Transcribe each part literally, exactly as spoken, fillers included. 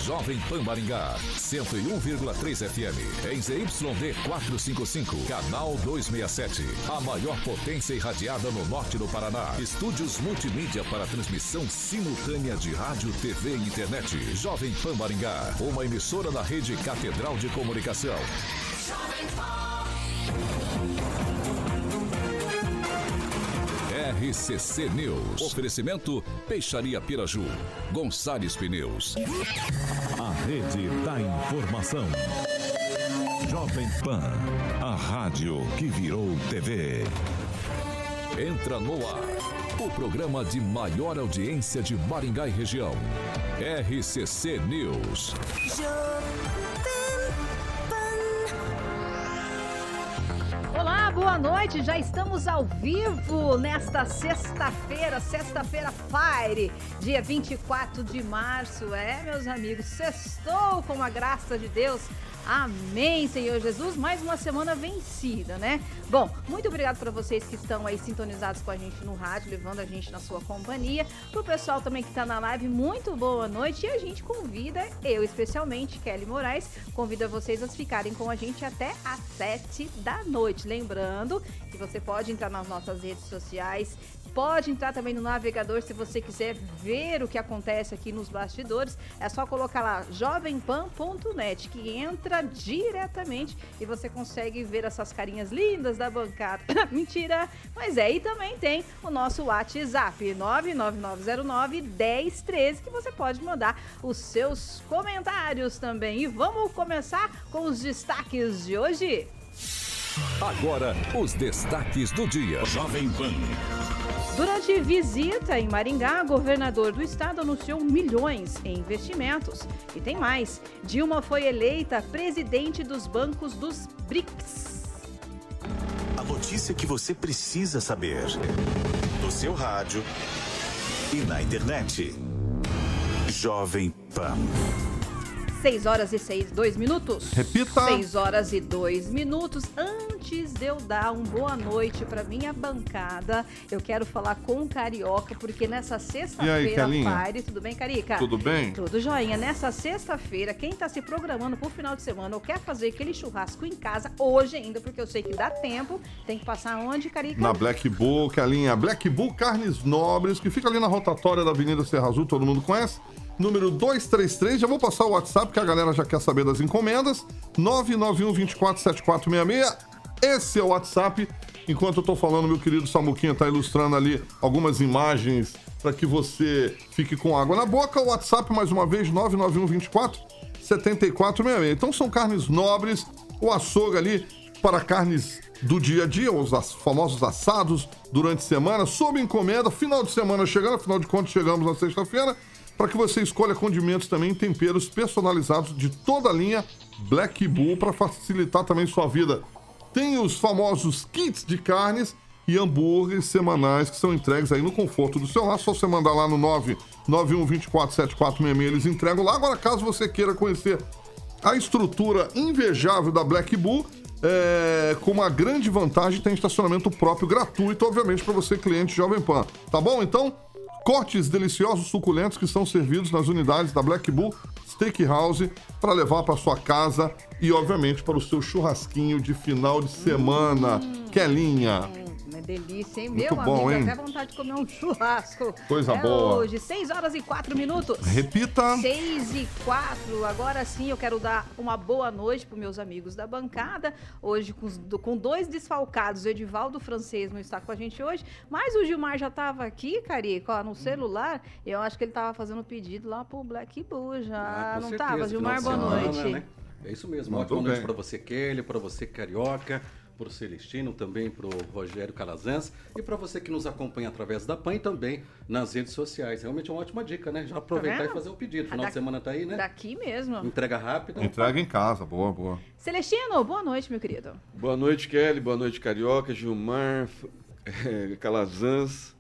Jovem Pan Maringá, cento e um vírgula três F M. Em Z Y D quatrocentos e cinquenta e cinco, canal duzentos e sessenta e sete. A maior potência irradiada no norte do Paraná. Estúdios multimídia para transmissão simultânea de rádio, T V e internet. Jovem Pan Maringá, uma emissora da rede Catedral de Comunicação. Jovem Pan. R C C News. Oferecimento Peixaria Piraju. Gonçalves Pneus. A rede da informação. Jovem Pan. A rádio que virou T V. Entra no ar. O programa de maior audiência de Maringá e região. R C C News. Olá, boa noite. Já estamos ao vivo nesta sexta-feira, sexta-feira Fire, dia vinte e quatro de março. É, meus amigos, sextou com a graça de Deus. Amém, Senhor Jesus. Mais uma semana vencida, né? Bom, muito obrigado para vocês que estão aí sintonizados com a gente no rádio, levando a gente na sua companhia. Pro pessoal também que está na live, muito boa noite. E a gente convida, eu especialmente, Kelly Moraes, convida vocês a ficarem com a gente até às sete da noite. Lembrando que você pode entrar nas nossas redes sociais, pode entrar também no navegador se você quiser ver o que acontece aqui nos bastidores. É só colocar lá jovem pan ponto net, que entra diretamente e você consegue ver essas carinhas lindas da bancada. Mentira! Mas é, e também tem o nosso WhatsApp nove nove nove zero nove um zero um três, que você pode mandar os seus comentários também. E vamos começar com os destaques de hoje. Agora, os destaques do dia. Jovem Pan. Durante visita em Maringá, governador do estado anunciou milhões em investimentos. E tem mais, Dilma foi eleita presidente dos bancos dos B R I C S. A notícia que você precisa saber. No seu rádio e na internet. Jovem Pan. seis horas e seis, dois minutos. Repita. seis horas e dois minutos. Antes de eu dar uma boa noite para minha bancada, eu quero falar com o Carioca, porque nessa sexta-feira, Fire, tudo bem, Carica? Tudo bem? Tudo joinha. Nessa sexta-feira, quem tá se programando pro final de semana ou quer fazer aquele churrasco em casa, hoje ainda, porque eu sei que dá tempo, tem que passar onde, Carica? Na Black Bull, que é a linha Black Bull Carnes Nobres, que fica ali na rotatória da Avenida Serra Azul, todo mundo conhece. Número dois três três, já vou passar o WhatsApp, que a galera já quer saber das encomendas. nove nove um, dois quatro, sete quatro seis seis. Esse é o WhatsApp. Enquanto eu tô falando, meu querido Samuquinha tá ilustrando ali algumas imagens para que você fique com água na boca. O WhatsApp, mais uma vez, nove nove um, dois quatro, sete quatro seis seis. Então são carnes nobres, o açougue ali para carnes do dia a dia, os famosos assados durante a semana, sob encomenda, final de semana chegando, afinal de contas chegamos na sexta-feira, para que você escolha condimentos também, temperos personalizados de toda a linha Black Bull, para facilitar também sua vida. Tem os famosos kits de carnes e hambúrgueres semanais que são entregues aí no conforto do seu lar. Só você mandar lá no nove nove um, dois quatro, sete quatro seis seis, eles entregam lá. Agora, caso você queira conhecer a estrutura invejável da Black Bull, é, com uma grande vantagem, tem estacionamento próprio gratuito, obviamente, para você, cliente Jovem Pan. Tá bom? Então, cortes deliciosos, suculentos que são servidos nas unidades da Black Bull Steakhouse para levar para sua casa e, obviamente, para o seu churrasquinho de final de semana. Hum, Kelinha. Uma delícia, hein? Muito Meu bom, amigo, hein? até vontade de comer um churrasco. Coisa é boa. Hoje, seis horas e quatro minutos. Repita. seis e quatro. Agora sim, eu quero dar uma boa noite para meus amigos da bancada. Hoje, com, com dois desfalcados. O Edivaldo Francês não está com a gente hoje, mas o Gilmar já estava aqui, Carica, ó, no celular. Eu acho que ele estava fazendo pedido lá pro Black Bull já. Ah, não estava? Gilmar, boa semana, noite. Né? É isso mesmo. Muito Ótima noite bem. para você, Kelly, para você, Carioca, para o Celestino, também para o Rogério Calazans e para você que nos acompanha através da P A N e também nas redes sociais. Realmente é uma ótima dica, né? Já aproveitar Tá e fazer o pedido. Final da, de semana tá aí, né? Daqui mesmo. Entrega rápida. Entrega em casa. Boa, boa. Celestino, boa noite, meu querido. Boa noite, Kelly. Boa noite, Carioca, Gilmar, é, Calazans,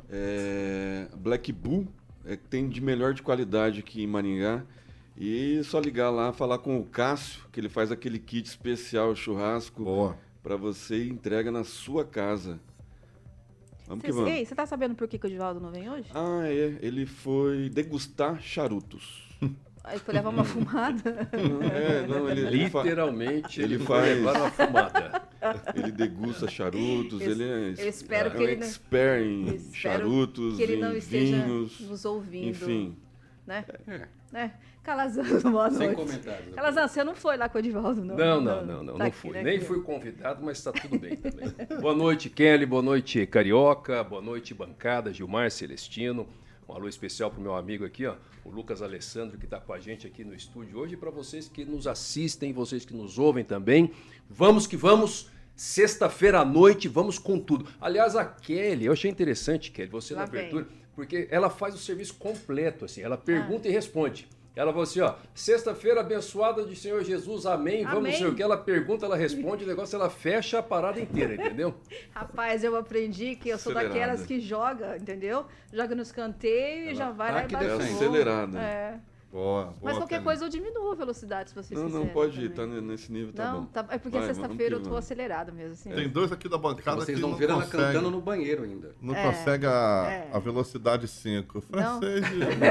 é, Black Bull, é, que tem de melhor de qualidade aqui em Maringá. E só ligar lá, falar com o Cássio, que ele faz aquele kit especial churrasco para você e entrega na sua casa. Vamos Cê, que vamos. Ei, você tá sabendo por que, que o Divaldo não vem hoje? Ah, é. Ele foi degustar charutos. Aí foi levar uma fumada? É, não, ele, ele fa- Literalmente, ele, ele foi faz- levar uma fumada. ele degusta charutos, Eu- ele é, eu espero é que um ele não- expert em Eu espero charutos, que ele em não esteja vinhos, nos ouvindo. enfim. Né? É, né? Calazans, boa sem noite. comentários. né? Calazans, você não foi lá com o Edivaldo, não? Não, não, não, não, Tá não aqui, fui. né, Nem aqui. fui convidado, mas está tudo bem também. Boa noite, Kelly, boa noite, Carioca, boa noite, bancada, Gilmar Celestino. Um alô especial para o meu amigo aqui, ó, o Lucas Alessandro, que está com a gente aqui no estúdio hoje. E para vocês que nos assistem, vocês que nos ouvem também, vamos que vamos. Sexta-feira à noite, vamos com tudo. Aliás, a Kelly, eu achei interessante, Kelly, você Lá na vem. abertura, porque ela faz o serviço completo, assim, ela pergunta Ah. e responde. Ela falou assim, ó, sexta-feira abençoada de Senhor Jesus, amém, vamos, Amém. não sei o que, ela pergunta, ela responde, o negócio, ela fecha a parada inteira, entendeu? Rapaz, eu aprendi que eu sou Acelerada. daquelas que joga, entendeu? Joga no escanteio e já vai lá tá e que bate defende. gol. Acelerada. É. Boa, boa. Mas qualquer Kelly. coisa eu diminuo a velocidade, se vocês Não, quiserem. não pode também. estar nesse nível, tá Não, bom. tá- é porque Vai, sexta-feira eu vamos que tô vamos. acelerado mesmo, assim. Tem dois aqui da bancada Vocês que não não viram ela conseguem, cantando no banheiro ainda. não É, consegue a, é. a velocidade cinco. Não. Francês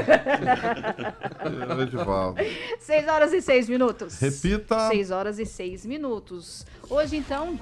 e... Edivaldo. seis horas e seis minutos. Repita. seis horas e seis minutos. Hoje, então...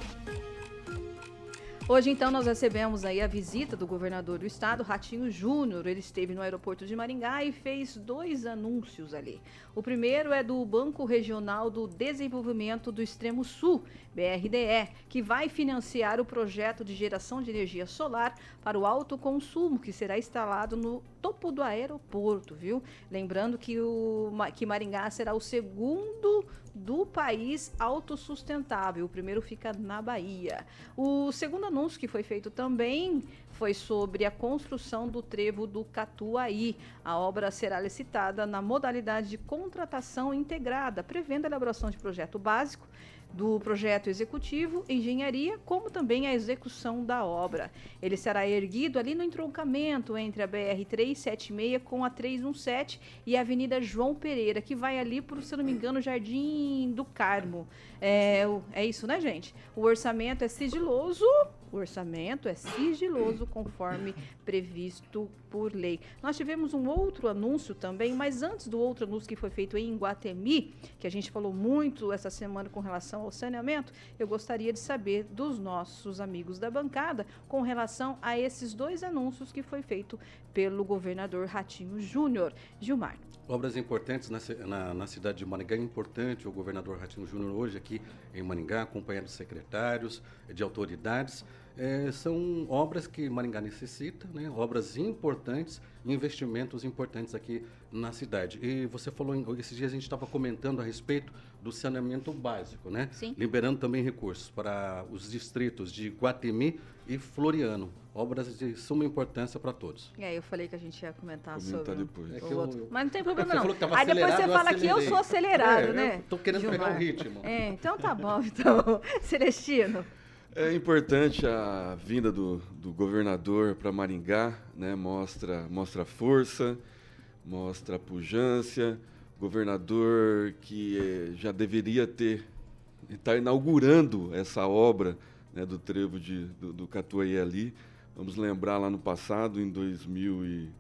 Hoje, então, nós recebemos aí a visita do governador do estado, Ratinho Júnior. Ele esteve no aeroporto de Maringá e fez dois anúncios ali. O primeiro é do Banco Regional do Desenvolvimento do Extremo Sul, B R D E, que vai financiar o projeto de geração de energia solar para o alto consumo, que será instalado no topo do aeroporto, viu? Lembrando que, o, que Maringá será o segundo do país autossustentável. O primeiro fica na Bahia. O segundo anúncio que foi feito também foi sobre a construção do trevo do Catuaí. A obra será licitada na modalidade de contratação integrada, prevendo a elaboração de projeto básico, do projeto executivo, engenharia, como também a execução da obra. Ele será erguido ali no entroncamento entre a B R trezentos e setenta e seis com a trezentos e dezessete e a Avenida João Pereira, que vai ali por, se eu não me engano, Jardim do Carmo. É, o- é isso, né, gente? O orçamento é sigiloso, o orçamento é sigiloso conforme previsto por lei. Nós tivemos um outro anúncio também, mas antes do outro anúncio que foi feito em Iguatemi, que a gente falou muito essa semana com relação ao saneamento, eu gostaria de saber dos nossos amigos da bancada com relação a esses dois anúncios que foi feito pelo governador Ratinho Júnior. Gilmar. Obras importantes na, ci- na, na cidade de Maringá. É importante o governador Ratinho Júnior hoje aqui em Maringá, acompanhado de secretários, de autoridades. É, são obras que Maringá necessita, né? Obras importantes, investimentos importantes aqui na cidade. E você falou, em, esses dias a gente estava comentando a respeito do saneamento básico, né? Sim. Liberando também recursos para os distritos de Iguatemi e Floriano. Obras de suma importância para todos. É, eu falei que a gente ia comentar, Comentar sobre depois. É o que eu- outro. eu- Mas não tem problema Você não. falou que tava Aí depois você acelerado, eu fala que eu acelerei. sou acelerado, É, eu né? tô querendo pegar Gilmar. o ritmo. É, então tá bom, então. Celestino. É importante a vinda do, do governador para Maringá, né? Mostra, mostra força, mostra pujança. Governador que eh, já deveria ter está inaugurando essa obra, né, do trevo de, do, do Catuaí ali. Vamos lembrar lá no passado, em dois mil e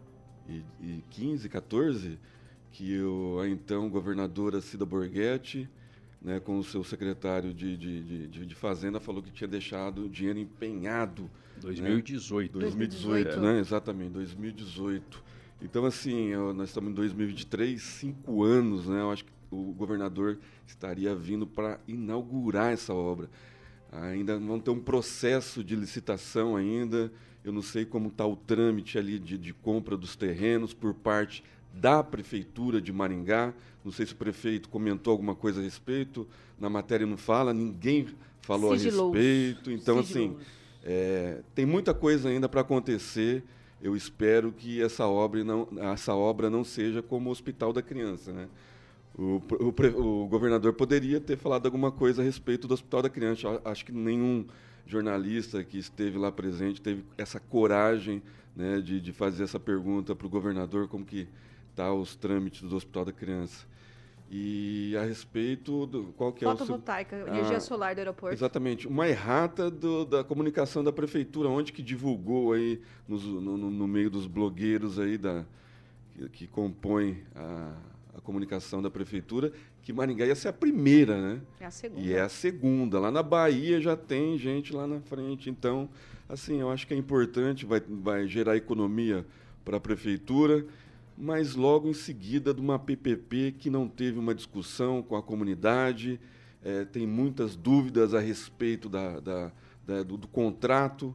quinze, quatorze, que o, a então governadora Cida Borghetti, né, com o seu secretário de, de, de, de- de Fazenda, falou que tinha deixado o dinheiro empenhado. dois mil e dezoito. dois mil e dezoito, né? Exatamente, dois mil e dezoito. Então, assim, eu- nós estamos em dois mil e vinte e três, cinco anos, né? Eu acho que o governador estaria vindo para inaugurar essa obra. Ainda vão ter um processo de licitação ainda. Eu não sei como está o trâmite ali de, de compra dos terrenos por parte da Prefeitura de Maringá. Não sei se o prefeito comentou alguma coisa a respeito. Na matéria não fala, ninguém falou Sigiloso. a respeito. Então, assim, Sigiloso. é, tem muita coisa ainda para acontecer. Eu espero que essa obra não, essa obra não seja como o Hospital da Criança, né? O, o, pre- o governador poderia ter falado alguma coisa a respeito do Hospital da Criança. Eu acho que nenhum jornalista que esteve lá presente teve essa coragem, né, de, de fazer essa pergunta para o governador, como que tá os trâmites do Hospital da Criança. E a respeito do qual que é o seu- Fotovoltaica, energia Ah, solar do aeroporto. Exatamente. Uma errata do- da comunicação da prefeitura, onde que divulgou aí nos- no, no- no meio dos blogueiros aí da, que, que compõem a, a comunicação da prefeitura, que Maringá ia ser a primeira, né? É a segunda. E é a segunda. Lá na Bahia já tem gente lá na frente. Então, assim, eu acho que é importante, vai, vai gerar economia para a prefeitura, mas logo em seguida de uma P P P que não teve uma discussão com a comunidade, é, tem muitas dúvidas a respeito da, da, da, do, do contrato.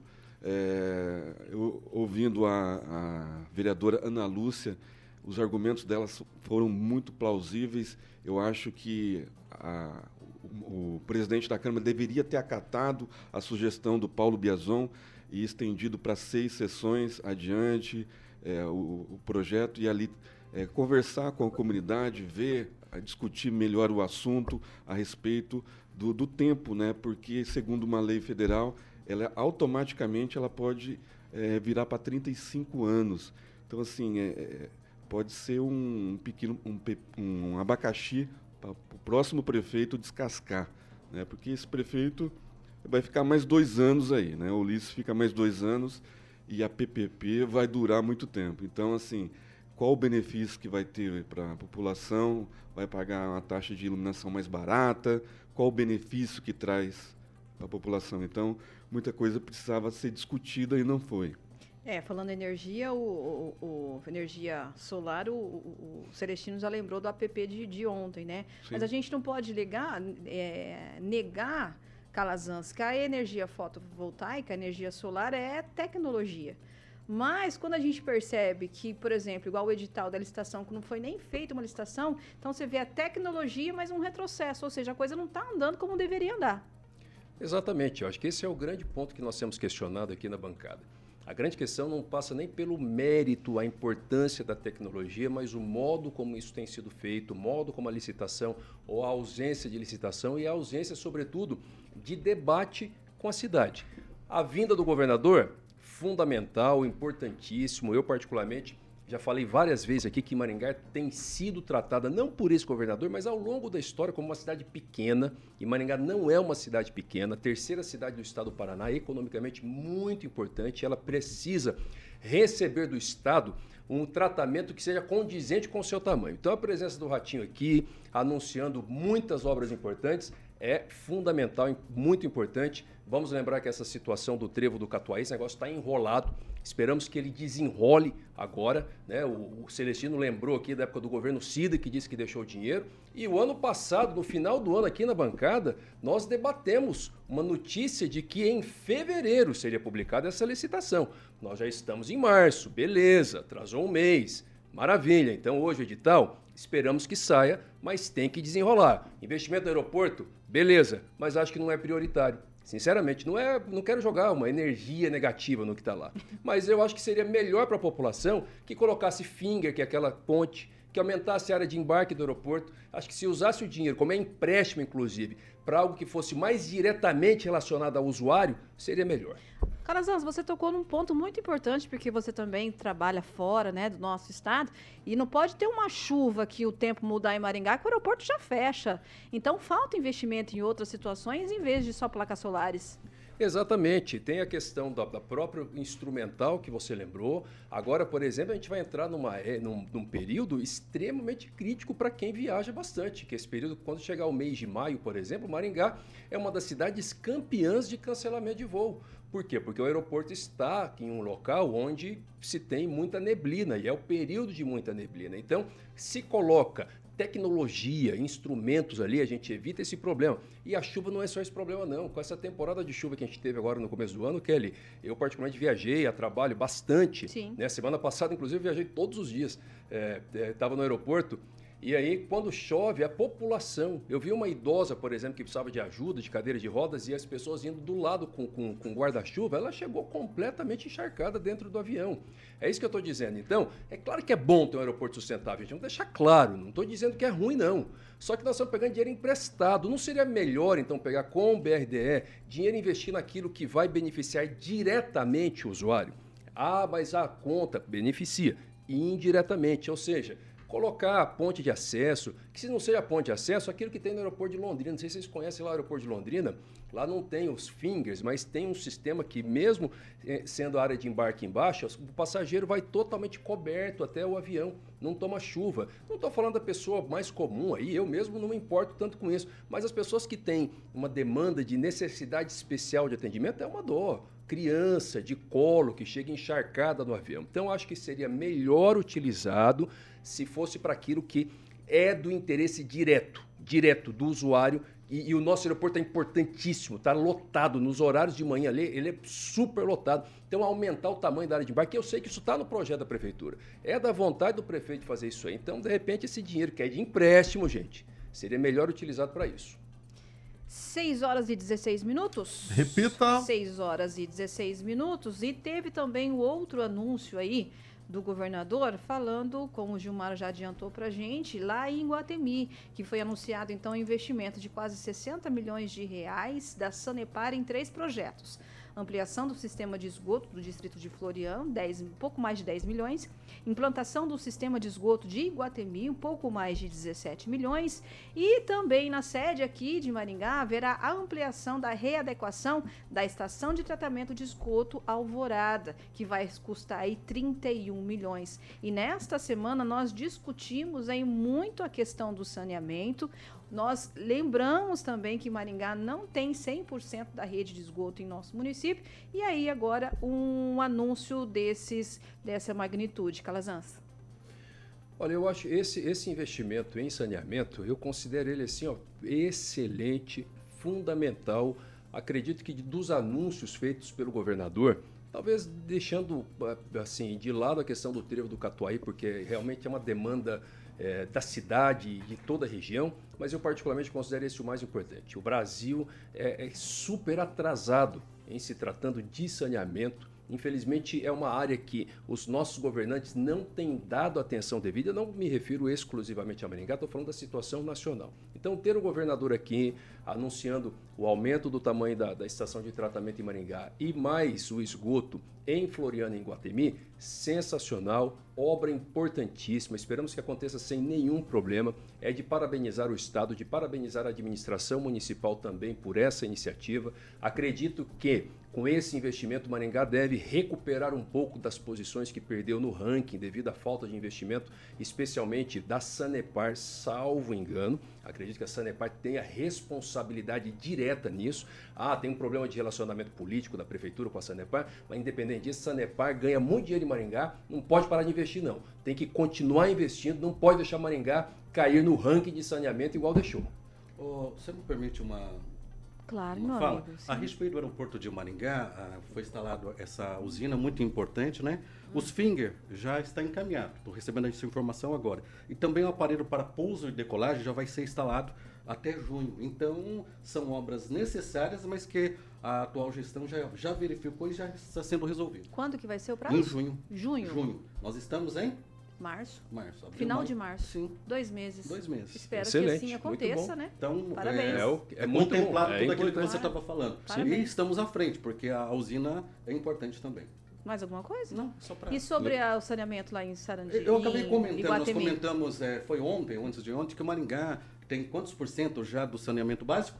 É, eu, ouvindo a, a vereadora Ana Lúcia, os argumentos dela foram muito plausíveis. Eu acho que a, o, o presidente da Câmara deveria ter acatado a sugestão do Paulo Biazon e estendido para seis sessões adiante é, o, o projeto e ali é, conversar com a comunidade, ver, discutir melhor o assunto a respeito do, do tempo, né? Porque, segundo uma lei federal, ela automaticamente ela pode é, virar para trinta e cinco anos. Então, assim, é, pode ser um pequeno um, um abacaxi para o próximo prefeito descascar, né? Porque esse prefeito vai ficar mais dois anos aí, né? O Ulisses fica mais dois anos e a P P P vai durar muito tempo. Então, assim, qual o benefício que vai ter para a população? Vai pagar uma taxa de iluminação mais barata? Qual o benefício que traz para a população? Então, muita coisa precisava ser discutida e não foi. É, falando em energia, o, o, o energia solar, o, o, o Celestino já lembrou do A P P de, de ontem, né? Sim. Mas a gente não pode ligar, é, negar, Calazans, que a energia fotovoltaica, a energia solar é tecnologia. Mas quando a gente percebe que, por exemplo, igual o edital da licitação, que não foi nem feita uma licitação, então você vê a tecnologia, mas um retrocesso, ou seja, a coisa não está andando como deveria andar. Exatamente, eu acho que esse é o grande ponto que nós temos questionado aqui na bancada. A grande questão não passa nem pelo mérito, a importância da tecnologia, mas o modo como isso tem sido feito, o modo como a licitação ou a ausência de licitação e a ausência, sobretudo, de debate com a cidade. A vinda do governador, fundamental, importantíssimo. Eu, particularmente, já falei várias vezes aqui que Maringá tem sido tratada, não por esse governador, mas ao longo da história como uma cidade pequena. E Maringá não é uma cidade pequena, terceira cidade do estado do Paraná, economicamente muito importante. Ela precisa receber do estado um tratamento que seja condizente com o seu tamanho. Então, a presença do Ratinho aqui, anunciando muitas obras importantes, é fundamental, muito importante. Vamos lembrar que essa situação do trevo do Catuaí, esse negócio está enrolado. Esperamos que ele desenrole agora, né? O, o Celestino lembrou aqui da época do governo Cida, que disse que deixou o dinheiro. E o ano passado, no final do ano, aqui na bancada, nós debatemos uma notícia de que em fevereiro seria publicada essa licitação. Nós já estamos em março, beleza, atrasou um mês, maravilha. Então hoje o edital, esperamos que saia, mas tem que desenrolar. Investimento no aeroporto, beleza, mas acho que não é prioritário. Sinceramente, não, é, não quero jogar uma energia negativa no que está lá. Mas eu acho que seria melhor para a população que colocasse finger, que é aquela ponte, que aumentasse a área de embarque do aeroporto. Acho que se usasse o dinheiro, como é empréstimo, inclusive, para algo que fosse mais diretamente relacionado ao usuário, seria melhor. Calazans, você tocou num ponto muito importante, porque você também trabalha fora, né, do nosso estado, e não pode ter uma chuva que o tempo mudar em Maringá, que o aeroporto já fecha. Então, falta investimento em outras situações, em vez de só placas solares. Exatamente. Tem a questão da, da própria instrumental que você lembrou. Agora, por exemplo, a gente vai entrar numa, é, num, num período extremamente crítico para quem viaja bastante, que esse período, quando chegar o mês de maio, por exemplo, Maringá é uma das cidades campeãs de cancelamento de voo. Por quê? Porque o aeroporto está em um local onde se tem muita neblina, e é o período de muita neblina. Então, se coloca tecnologia, instrumentos ali, a gente evita esse problema. E a chuva não é só esse problema, não. Com essa temporada de chuva que a gente teve agora no começo do ano, Kelly, eu particularmente viajei a trabalho bastante. Sim. Né? Semana passada, inclusive, eu viajei todos os dias. Estava é, é, no aeroporto. E aí, quando chove, a população... Eu vi uma idosa, por exemplo, que precisava de ajuda, de cadeira de rodas, e as pessoas indo do lado com, com, com guarda-chuva, ela chegou completamente encharcada dentro do avião. É isso que eu estou dizendo. Então, é claro que é bom ter um aeroporto sustentável, gente. Vamos deixar claro, não estou dizendo que é ruim, não. Só que nós estamos pegando dinheiro emprestado. Não seria melhor, então, pegar com o B R D E, dinheiro e investir naquilo que vai beneficiar diretamente o usuário? Ah, mas a conta beneficia indiretamente, ou seja... Colocar a ponte de acesso, que se não seja a ponte de acesso, aquilo que tem no aeroporto de Londrina, não sei se vocês conhecem lá o aeroporto de Londrina, Lá não tem os fingers, mas tem um sistema que, mesmo sendo a área de embarque embaixo, o passageiro vai totalmente coberto até o avião, não toma chuva. Não estou falando da pessoa mais comum aí, eu mesmo não me importo tanto com isso, mas as pessoas que têm uma demanda de necessidade especial de atendimento é uma dor. Criança de colo que chega encharcada no avião. Então, acho que seria melhor utilizado se fosse para aquilo que é do interesse direto, direto do usuário. E, e o nosso aeroporto é importantíssimo, está lotado nos horários de manhã ali, ele é super lotado. Então, aumentar o tamanho da área de embarque, eu sei que isso está no projeto da prefeitura. É da vontade do prefeito fazer isso aí. Então, de repente, esse dinheiro que é de empréstimo, gente, seria melhor utilizado para isso. seis horas e dezesseis minutos. Repita. seis horas e dezesseis minutos. E teve também o outro anúncio aí do governador falando, como o Gilmar já adiantou para a gente, lá em Iguatemi, que foi anunciado então um investimento de quase sessenta milhões de reais da Sanepar em três projetos. Ampliação do sistema de esgoto do distrito de Floriano, dez, um pouco mais de dez milhões. Implantação do sistema de esgoto de Iguatemi, um pouco mais de dezessete milhões. E também na sede aqui de Maringá haverá a ampliação da readequação da estação de tratamento de esgoto Alvorada, que vai custar aí trinta e um milhões. E nesta semana nós discutimos aí muito a questão do saneamento. Nós lembramos também que Maringá não tem cem por cento da rede de esgoto em nosso município. E aí agora um anúncio desses, dessa magnitude. Calazans. Olha, eu acho esse esse investimento em saneamento, eu considero ele assim, ó, excelente, fundamental. Acredito que dos anúncios feitos pelo governador, talvez deixando assim de lado a questão do trevo do Catuaí, porque realmente é uma demanda É, da cidade e de toda a região, mas eu particularmente considero esse o mais importante. O Brasil é, é super atrasado em se tratando de saneamento. Infelizmente, é uma área que os nossos governantes não têm dado atenção devida. Eu não me refiro exclusivamente a Maringá, estou falando da situação nacional. Então, ter o governador aqui anunciando o aumento do tamanho da, da estação de tratamento em Maringá e mais o esgoto em Floriano e em Iguatemi, sensacional, obra importantíssima. Esperamos que aconteça sem nenhum problema. É de parabenizar o Estado, de parabenizar a administração municipal também por essa iniciativa. Acredito que com esse investimento, Maringá deve recuperar um pouco das posições que perdeu no ranking devido à falta de investimento, especialmente da Sanepar, salvo engano. Acredito que a Sanepar tenha responsabilidade direta nisso. Ah, tem um problema de relacionamento político da prefeitura com a Sanepar, mas independente disso, a Sanepar ganha muito dinheiro em Maringá, não pode parar de investir não. Tem que continuar investindo, não pode deixar Maringá cair no ranking de saneamento igual deixou. Oh, você me permite uma... Claro, Uma meu fala. amigo. Sim. A respeito do aeroporto de Maringá, ah, foi instalada essa usina muito importante, né? Os Finger já está encaminhado, estou recebendo essa informação agora. E também o aparelho para pouso e decolagem já vai ser instalado até junho. Então, são obras necessárias, mas que a atual gestão já, já verificou e já está sendo resolvido. Quando que vai ser o prazo? Em junho. Junho? Junho. Nós estamos em... Março. Março. Abril, Final maio. de março. Sim. Dois meses. Dois meses. Espero Excelente, que assim aconteça, né? Então, Parabéns. é, É, o- é é muito contemplado bom, é tudo aquilo que importante. você estava falando. Parabéns. E estamos à frente, porque a usina é importante também. Mais alguma coisa? Não, só para... E sobre a- o saneamento lá em Sarandi? Eu acabei em comentando, nós Iguatemi? comentamos, é, foi ontem, ou antes de ontem, que o Maringá tem quantos por cento já do saneamento básico?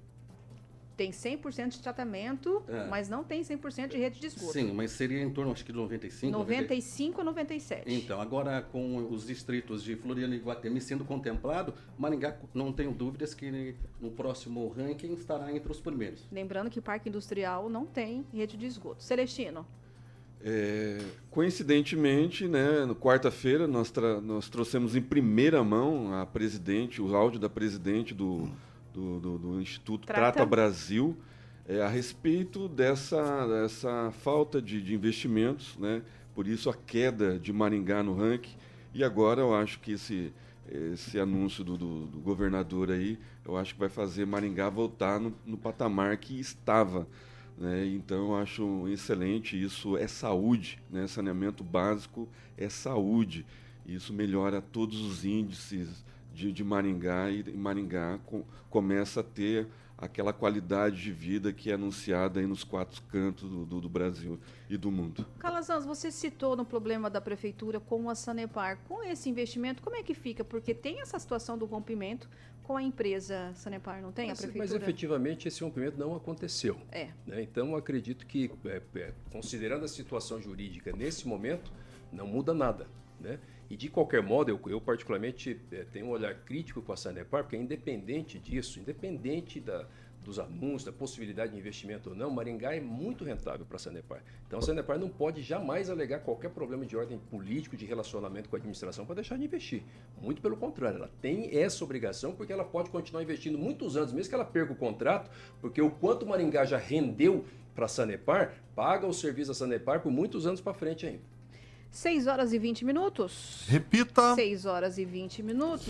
Tem cem por cento de tratamento, É. mas não tem cem por cento de rede de esgoto. Sim, mas seria em torno, acho que de noventa e cinco. noventa e cinco a noventa e sete. Então, agora com os distritos de Floriano e Iguatemi sendo contemplado, Maringá, não tenho dúvidas que no próximo ranking estará entre os primeiros. Lembrando que o Parque Industrial não tem rede de esgoto. Celestino, É, coincidentemente, né, no quarta-feira nós, tra- nós trouxemos em primeira mão a presidente, o áudio da presidente do, do, do- do Instituto Trata. Trata, Brasil, é, a respeito dessa, dessa falta de, de investimentos, né, por isso a queda de Maringá no ranking. E agora eu acho que esse, esse anúncio do, do, do governador aí, eu acho que vai fazer Maringá voltar no, no patamar que estava. Né? Então, eu acho excelente. Isso é saúde, né? Saneamento básico é saúde. Isso melhora todos os índices de, de Maringá e Maringá com, começa a ter aquela qualidade de vida que é anunciada aí nos quatro cantos do, do, do Brasil e do mundo. Calazans, você citou no problema da prefeitura com a Sanepar. Com esse investimento, como é que fica? Porque tem essa situação do rompimento com a empresa Sanepar, não tem? Mas, a prefeitura? mas efetivamente esse rompimento não aconteceu. É. Né? Então, eu acredito que, é, é, considerando a situação jurídica nesse momento, não muda nada. Né? E, de qualquer modo, eu, eu particularmente é, tenho um olhar crítico com a Sanepar, porque independente disso, independente da, dos anúncios, da possibilidade de investimento ou não, Maringá é muito rentável para a Sanepar. Então, a Sanepar não pode jamais alegar qualquer problema de ordem político, de relacionamento com a administração, para deixar de investir. Muito pelo contrário, ela tem essa obrigação, porque ela pode continuar investindo muitos anos, mesmo que ela perca o contrato, porque o quanto Maringá já rendeu para a Sanepar, paga o serviço da Sanepar por muitos anos para frente ainda. seis horas e vinte minutos. Repita. seis horas e vinte minutos.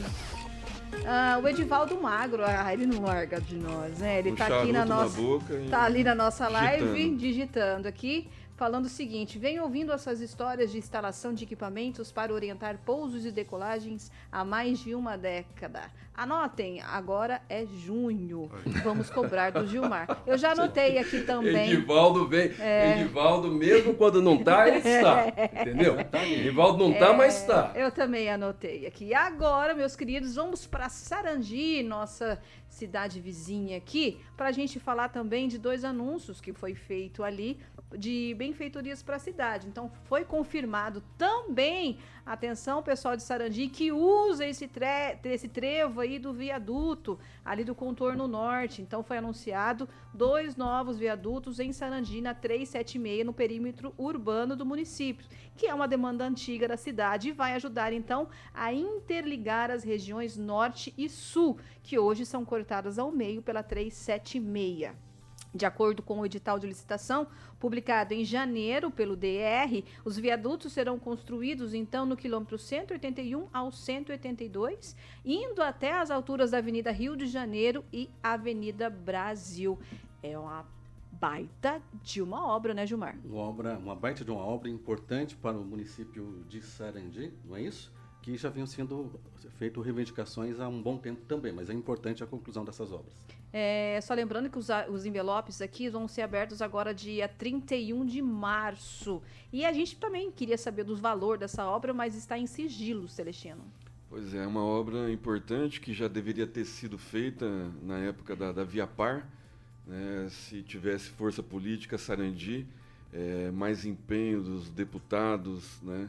Ah, o Edivaldo Magro, ah, ele não larga de nós, né? Ele Um tá aqui na charuto na nossa. boca e Tá ali na nossa live, digitando. digitando aqui, falando o seguinte: venho ouvindo essas histórias de instalação de equipamentos para orientar pousos e decolagens há mais de uma década. Anotem, agora é junho. Vamos cobrar do Gilmar. Eu já anotei aqui também. Edivaldo vem. É. Edivaldo, mesmo quando não tá, ele está. Entendeu? Edivaldo não tá, mas está. Eu também anotei aqui. E agora, meus queridos, vamos para Sarandi, nossa cidade vizinha aqui, para a gente falar também de dois anúncios que foi feito ali de benfeitorias para a cidade. Então, foi confirmado também, atenção, pessoal de Sarandi, que usa esse, tre esse trevo aí do viaduto, ali do contorno norte. Então, foi anunciado dois novos viadutos em Sarandi, na trezentos e setenta e seis, no perímetro urbano do município, que é uma demanda antiga da cidade e vai ajudar, então, a interligar as regiões norte e sul, que hoje são cortadas ao meio pela trezentos e setenta e seis. De acordo com o edital de licitação, publicado em janeiro pelo D R, os viadutos serão construídos, então, no quilômetro cento e oitenta e um ao cento e oitenta e dois, indo até as alturas da Avenida Rio de Janeiro e Avenida Brasil. É uma baita de uma obra, né, Gilmar? Uma, obra, uma baita de uma obra importante para o município de Sarandi, não é isso? Que já vinham sendo feitas reivindicações há um bom tempo também, mas é importante a conclusão dessas obras. É, só lembrando que os, os envelopes aqui vão ser abertos agora dia trinta e um de março. E a gente também queria saber do valor dessa obra, mas está em sigilo, Celestino. Pois é, uma obra importante que já deveria ter sido feita na época da, da Viapar, né, se tivesse força política, Sarandi, é, mais empenho dos deputados, né,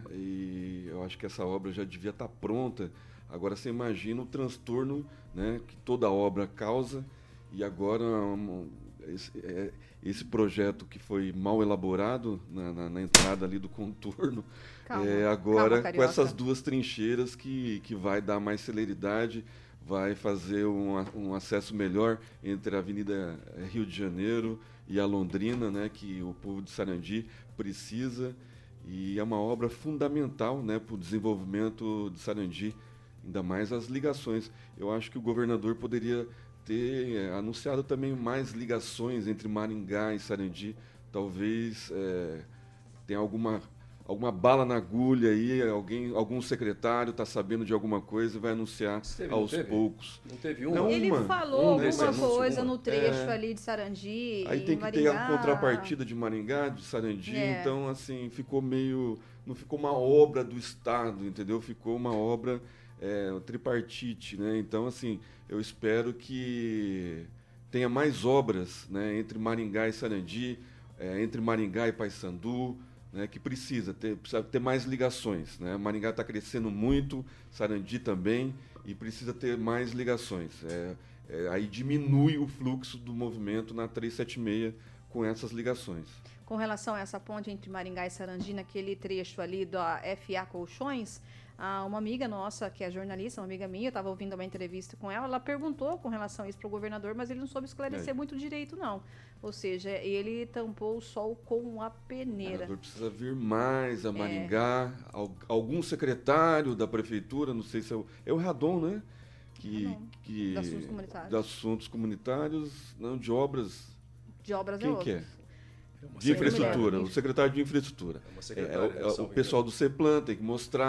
e eu acho que essa obra já devia estar pronta. Agora você imagina o transtorno, né, que toda obra causa, e agora um, esse, é, esse projeto que foi mal elaborado na, na, na entrada ali do contorno, Calma, é, agora calma, com essas duas trincheiras que, que vai dar mais celeridade, vai fazer um, um acesso melhor entre a Avenida Rio de Janeiro e a Londrina, né, que o povo de Sarandi precisa, e é uma obra fundamental, né, para o desenvolvimento de Sarandi, ainda mais as ligações. Eu acho que o governador poderia ter é, anunciado também mais ligações entre Maringá e Sarandi. Talvez é, tenha alguma, alguma bala na agulha aí, alguém, algum secretário está sabendo de alguma coisa e vai anunciar Teve, aos não teve? poucos. Não teve um? Não, Ele uma, falou um desse alguma anúncio, coisa uma. no trecho É. ali de Sarandi. Aí tem que Maringá. ter a contrapartida de Maringá, de Sarandi, É. então assim, ficou meio... Não ficou uma obra do Estado, entendeu? Ficou uma obra é, tripartite, né? Então, assim, eu espero que tenha mais obras, né, entre Maringá e Sarandi, é, entre Maringá e Paysandu, né, que precisa ter, precisa ter mais ligações, né? Maringá está crescendo muito, Sarandi também, e precisa ter mais ligações. É, é, aí diminui o fluxo do movimento na trezentos e setenta e seis com essas ligações. Com relação a essa ponte entre Maringá e Sarandi, naquele trecho ali da F A Colchões, ah, uma amiga nossa, que é jornalista, uma amiga minha, eu estava ouvindo uma entrevista com ela, ela perguntou com relação a isso para o governador, mas ele não soube esclarecer É. muito direito, não. Ou seja, ele tampou o sol com a O peneira. governador precisa vir mais a Maringá, al- algum secretário da prefeitura, não sei se é o, é o Radon, né? Que, Radon, que, de assuntos comunitários. de assuntos comunitários, não, de obras. De obras é Quem outro. que é? É uma De secretária. infraestrutura, o secretário de infraestrutura. É uma É, secretária, é o- é o salvo pessoal do CEPLAN tem que mostrar,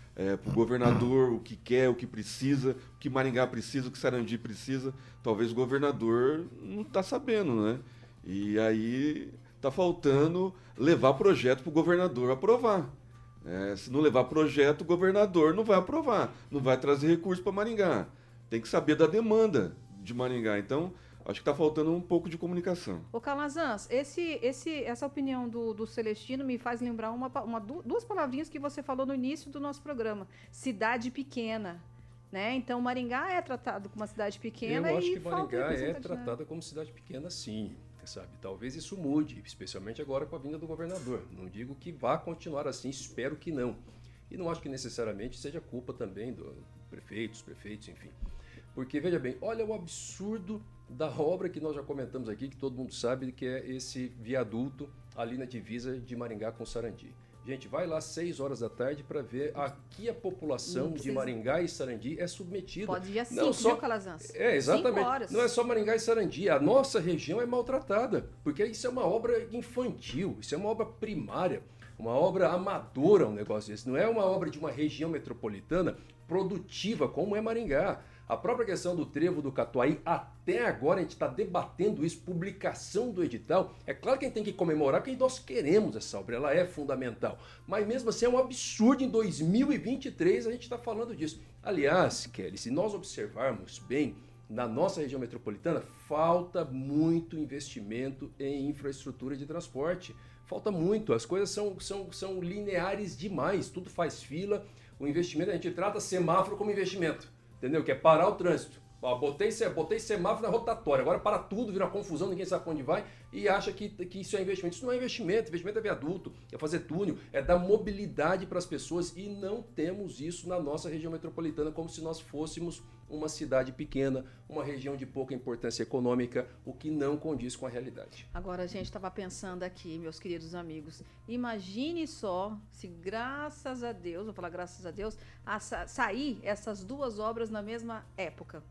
é, para o governador o que quer, o que precisa, o que Maringá precisa, o que Sarandi precisa. Talvez o governador não está sabendo, né? E aí está faltando levar projeto para o governador aprovar. É, se não levar projeto, o governador não vai aprovar, não vai trazer recurso para Maringá. Tem que saber da demanda de Maringá. Então, acho que está faltando um pouco de comunicação. Ô Calazans, esse, esse, essa opinião do, do Celestino me faz lembrar uma, uma, duas palavrinhas que você falou no início do nosso programa. Cidade pequena. Né? Então, Maringá é tratado como uma cidade pequena. Eu acho e que falta Maringá é representatividade. tratada como cidade pequena, sim. Sabe? Talvez isso mude, especialmente agora com a vinda do governador. Não digo que vá continuar assim, espero que não. E não acho que necessariamente seja culpa também do prefeito, dos prefeitos, enfim. Porque, veja bem, olha o absurdo da obra que nós já comentamos aqui, que todo mundo sabe, que é esse viaduto ali na divisa de Maringá com Sarandi. Gente, vai lá às seis horas da tarde para ver a que a população de Maringá e Sarandi é submetida. Pode ir às não cinco, só viu, Calazans? É, exatamente. Cinco horas. Não é só Maringá e Sarandi. A nossa região é maltratada, porque isso é uma obra infantil, isso é uma obra primária, uma obra amadora, um negócio desse. Não é uma obra de uma região metropolitana produtiva, como é Maringá. A própria questão do trevo do Catuaí, até agora a gente está debatendo isso, publicação do edital. É claro que a gente tem que comemorar, porque nós queremos essa obra, ela é fundamental. Mas mesmo assim é um absurdo em dois mil e vinte e três a gente está falando disso. Aliás, Kelly, se nós observarmos bem, na nossa região metropolitana, falta muito investimento em infraestrutura de transporte. Falta muito, as coisas são, são, são lineares demais, tudo faz fila. O investimento, a gente trata semáforo como investimento. Entendeu? Que é parar o trânsito. Ó, botei, botei semáforo na rotatória, agora para tudo, vira uma confusão, ninguém sabe para onde vai e acha que, que isso é investimento. Isso não é investimento, investimento é viaduto, é fazer túnel, é dar mobilidade para as pessoas e não temos isso na nossa região metropolitana como se nós fôssemos uma cidade pequena, uma região de pouca importância econômica, o que não condiz com a realidade. Agora a gente estava pensando aqui, meus queridos amigos, imagine só se graças a Deus, vou falar graças a Deus, a sa- sair essas duas obras na mesma época.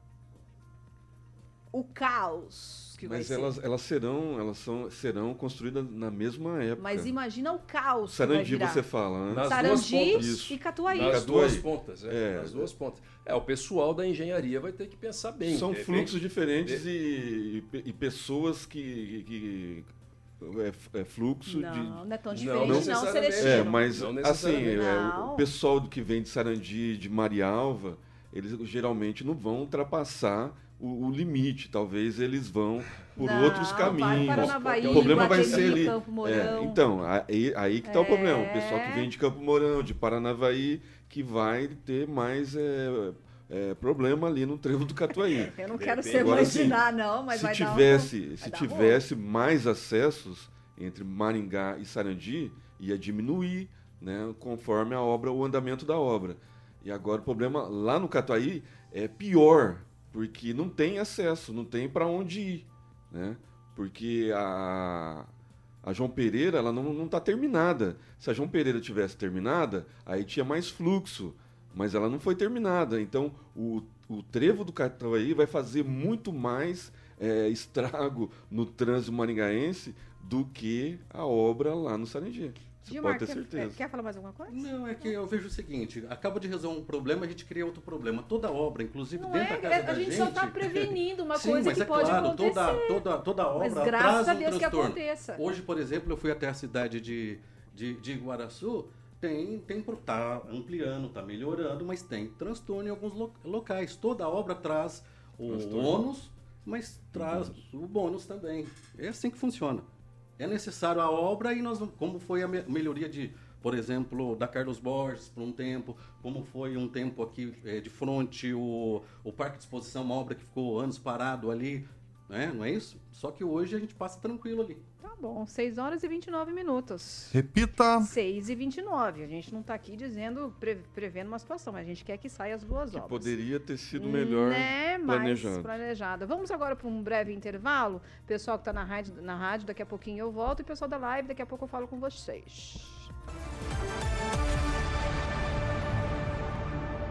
O caos que vai Mas ser. elas, elas serão, elas são, serão construídas na mesma época. Mas imagina o caos Sarandi, que vai virar. você fala, né? Nas Sarandi duas pontas. Isso. e Catuaí. Nas Catuaí. duas pontas, é, É. nas duas pontas. É, o pessoal da engenharia vai ter que pensar bem. São de repente. fluxos diferentes e, e, e pessoas que... que é, é fluxo não, de... não é tão Não diferente, não, necessariamente. Celestino. É, mas Não assim, necessariamente. é, Não. o pessoal que vem de Sarandi, de Marialva, eles geralmente não vão ultrapassar o, o limite. Talvez eles vão por Não, outros vai caminhos. Paranavaí, o problema vai Guatemi, ser ali. Campo Mourão. É, então, aí, aí que está É. o problema. O pessoal que vem de Campo Mourão, de Paranavaí, que vai ter mais é, é, problema ali no trevo do Catuaí. Eu não quero Agora, ser Agora, imaginar, não, mas se vai tivesse, dar um, vai se dar um tivesse mais acessos entre Maringá e Sarandi, ia diminuir, né, conforme a obra, o andamento da obra. E agora o problema lá no Catuaí é pior, porque não tem acesso, não tem para onde ir, né? Porque a, a João Pereira ela não está terminada. Se a João Pereira tivesse terminada, aí tinha mais fluxo, mas ela não foi terminada. Então o, o trevo do Catuaí vai fazer muito mais é, estrago no trânsito maringaense do que a obra lá no Sarandi. Você Gilmar, pode ter quer, certeza. quer falar mais alguma coisa? Não, é que eu vejo o seguinte, acaba de resolver um problema, a gente cria outro problema. Toda obra, inclusive Não dentro é, da casa a da gente, gente... só está prevenindo uma Sim, coisa mas que é pode claro, acontecer. toda, toda, toda obra Mas graças traz a um Deus que transtorno. aconteça. Hoje, por exemplo, eu fui até a cidade de, de, de Iguaraçu, tem, tem, tá ampliando, tá melhorando, mas tem transtorno em alguns lo- locais. Toda obra traz o Transtorno. ônus, mas traz o bônus também. É assim que funciona. É necessário a obra e nós, vamos- como foi a me- melhoria de, por exemplo, da Carlos Borges por um tempo, como foi um tempo aqui eh, de fronte o, o Parque de Exposição, uma obra que ficou anos parado ali, né? Não é isso? Só que hoje a gente passa tranquilo ali. Tá bom, seis horas e vinte e nove minutos. Repita. seis e vinte e nove. A gente não está aqui dizendo, pre- prevendo uma situação, mas a gente quer que saia as duas Que obras. poderia ter sido melhor né, planejado. mais planejada. Vamos agora para um breve intervalo. Pessoal que está na rádio, na rádio, daqui a pouquinho eu volto. E pessoal da live, daqui a pouco eu falo com vocês.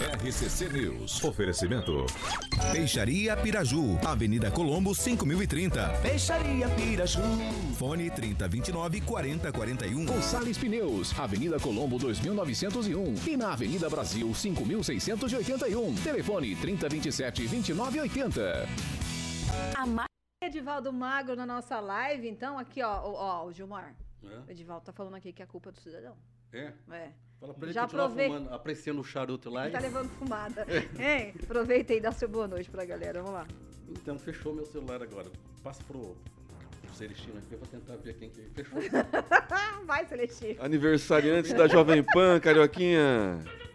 R C C News. Oferecimento. Peixaria Piraju, Avenida Colombo, cinco mil e trinta. Peixaria Piraju. Fone trinta, vinte e nove, quarenta, quarenta e um. Gonçalves Pneus, Avenida Colombo, dois mil novecentos e um. E na Avenida Brasil, cinco mil seiscentos e oitenta e um. Telefone trinta, vinte e sete, vinte e nove, oitenta. A Ma... Edivaldo Magro na nossa live, então, aqui, ó, ó, ó o Gilmar. É? O Edivaldo tá falando aqui que é culpa do cidadão. É? É. Fala pra ele Já continuar aprovei... fumando, apreciando o charuto lá. Ele tá e... levando fumada. Hein? Aproveita e dá seu boa noite pra galera, vamos lá. Então, fechou meu celular agora. Passa pro, pro Celestino aqui, eu vou tentar ver quem que fechou. Vai, Celestino. Aniversariantes da Jovem Pan, Carioquinha.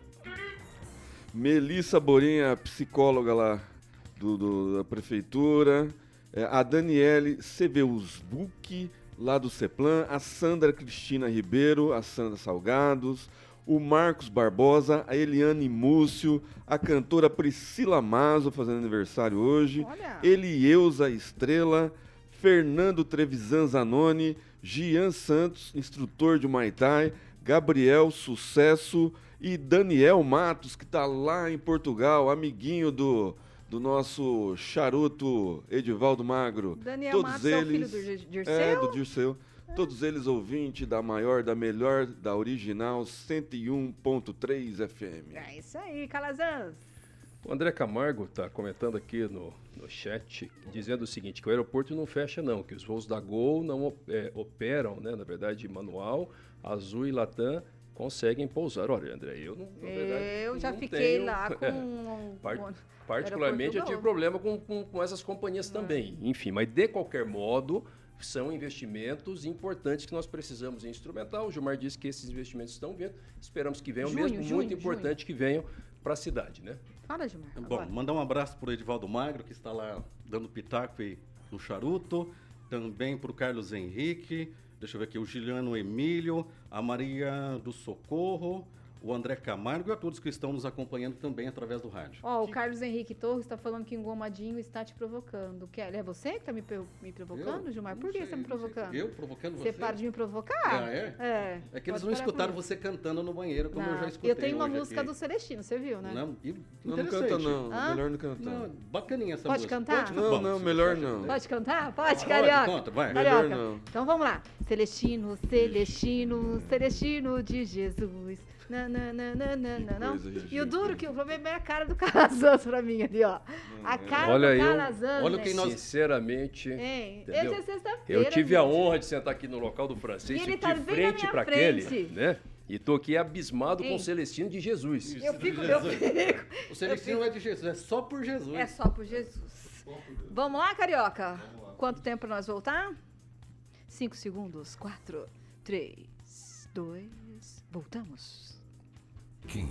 Melissa Borinha, psicóloga lá do, do, da prefeitura. É, a Daniele Seveusbuck, lá do Ceplan. A Sandra Cristina Ribeiro, a Sandra Salgados. O Marcos Barbosa, a Eliane Múcio, a cantora Priscila Mazo, fazendo aniversário hoje. Olha. Elieusa Estrela, Fernando Trevisan Zanoni, Gian Santos, instrutor de Muay Thai, Gabriel Sucesso e Daniel Matos, que está lá em Portugal, amiguinho do, do nosso charuto Edivaldo Magro. Daniel Todos Matos eles, é o filho do Dirceu? É, do Dirceu. Todos eles ouvintes da maior, da melhor, da original cento e um ponto três F M. É isso aí, Calazans. O André Camargo está comentando aqui no, no chat, dizendo o seguinte, que o aeroporto não fecha não, que os voos da Gol não é, operam, né, na verdade, manual, Azul e Latam conseguem pousar. Olha, André, eu não, na verdade, Eu já não fiquei tenho, lá com... É, part, particularmente eu tive Gol. problema com, com, com essas companhias também. Enfim, mas de qualquer modo... São investimentos importantes que nós precisamos em instrumental. O Gilmar disse que esses investimentos estão vindo. Esperamos que venham Junho, mesmo. junho, Muito importante junho. que venham para a cidade, né? Fala, Gilmar. Bom, agora. mandar um abraço pro Edivaldo Magro, que está lá dando pitaco e no charuto. Também pro Carlos Henrique. Deixa eu ver aqui, o Giliano Emílio, a Maria do Socorro, o André Camargo e a todos que estão nos acompanhando também através do rádio. Ó, o Carlos Henrique Torres está falando que engomadinho está te provocando. Kelly, é você que está me, me provocando, Eu? Gilmar? Não Por que sei, você está me não sei. provocando? Eu provocando Você você? para de me provocar? Ah, é? É. É que eles Pode não parar escutaram com você cantando no banheiro, como Não, eu já escutei. Eu tenho uma hoje música aqui. do Celestino, você viu, né? Não, e, Não, não canta interessante. não, Hã? melhor não cantar. Não, bacaninha essa Pode música. cantar? Pode, Não, bom, não, se melhor você acha não. que- Pode cantar? Pode, Pode, Carioca? conta, vai. Carioca. Melhor não. Então vamos lá. Celestino, Celestino, Celestino de Jesus. Não, não, não, não, não, não, não. coisa, Gigi. E o duro que o problema é a cara do Calazans pra mim ali, ó. A cara Olha, do eu- Calazans. olha né? quem nós- Sinceramente, Hein? entendeu? Esse é sexta-feira. Eu tive a gente. honra de sentar aqui no local do francês, E ele de tá bem na frente minha para frente. aquele, né? E tô aqui abismado com Hein? o Celestino de Jesus. Eu fico, eu fico. O Celestino não é de Jesus, é só por Jesus. É só por Jesus. Vamos lá, Carioca? Quanto tempo pra nós voltar? Cinco segundos. Quatro, três, dois. Voltamos. King.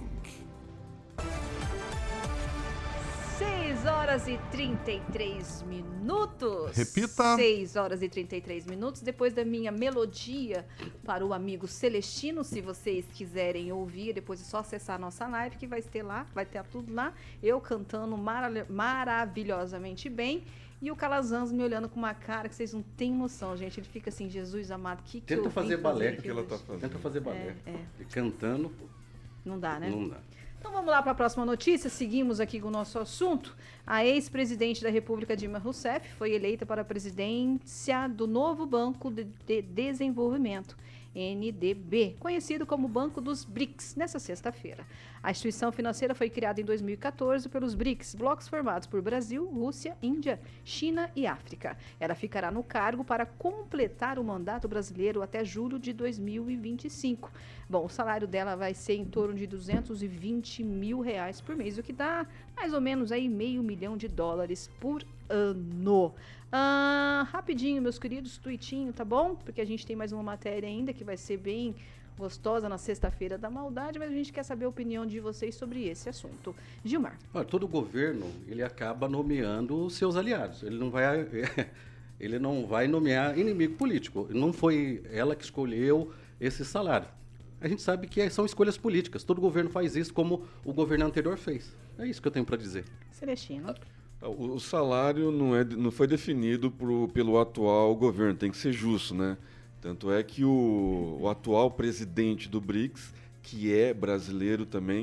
seis horas e trinta e três minutos. Repita. seis horas e trinta e três minutos. Depois da minha melodia para o amigo Celestino, se vocês quiserem ouvir, depois é só acessar a nossa live que vai ter lá, vai ter tudo lá. Eu cantando mara- maravilhosamente bem. E o Calazans me olhando com uma cara que vocês não têm noção, gente. Ele fica assim, Jesus amado, que que eu Tenta vim fazer balé. aqui que ela hoje? tá fazendo. Tenta fazer balé. É, é. E cantando, Não dá, né? não dá. Então vamos lá para a próxima notícia. Seguimos aqui com o nosso assunto. A ex-presidente da República, Dilma Rousseff, foi eleita para a presidência do novo Banco de, de Desenvolvimento, N D B, conhecido como Banco dos BRICS, nessa sexta-feira. A instituição financeira foi criada em dois mil e quatorze pelos BRICS, blocos formados por Brasil, Rússia, Índia, China e África. Ela ficará no cargo para completar o mandato brasileiro até julho de dois mil e vinte e cinco. Bom, o salário dela vai ser em torno de duzentos e vinte mil reais por mês, o que dá mais ou menos aí meio milhão de dólares por ano. Ah, rapidinho, meus queridos, tuitinho, tá bom? Porque a gente tem mais uma matéria ainda que vai ser bem gostosa na sexta-feira da maldade, mas a gente quer saber a opinião de vocês sobre esse assunto. Gilmar. Olha, todo governo, ele acaba nomeando os seus aliados. Ele não vai, ele não vai nomear inimigo político. Não foi ela que escolheu esse salário. A gente sabe que são escolhas políticas. Todo governo faz isso, como o governo anterior fez. É isso que eu tenho para dizer. Celestino. O, o salário não, é, não foi definido pro, pelo atual governo, tem que ser justo, né? Tanto é que o, o atual presidente do BRICS, que é brasileiro também,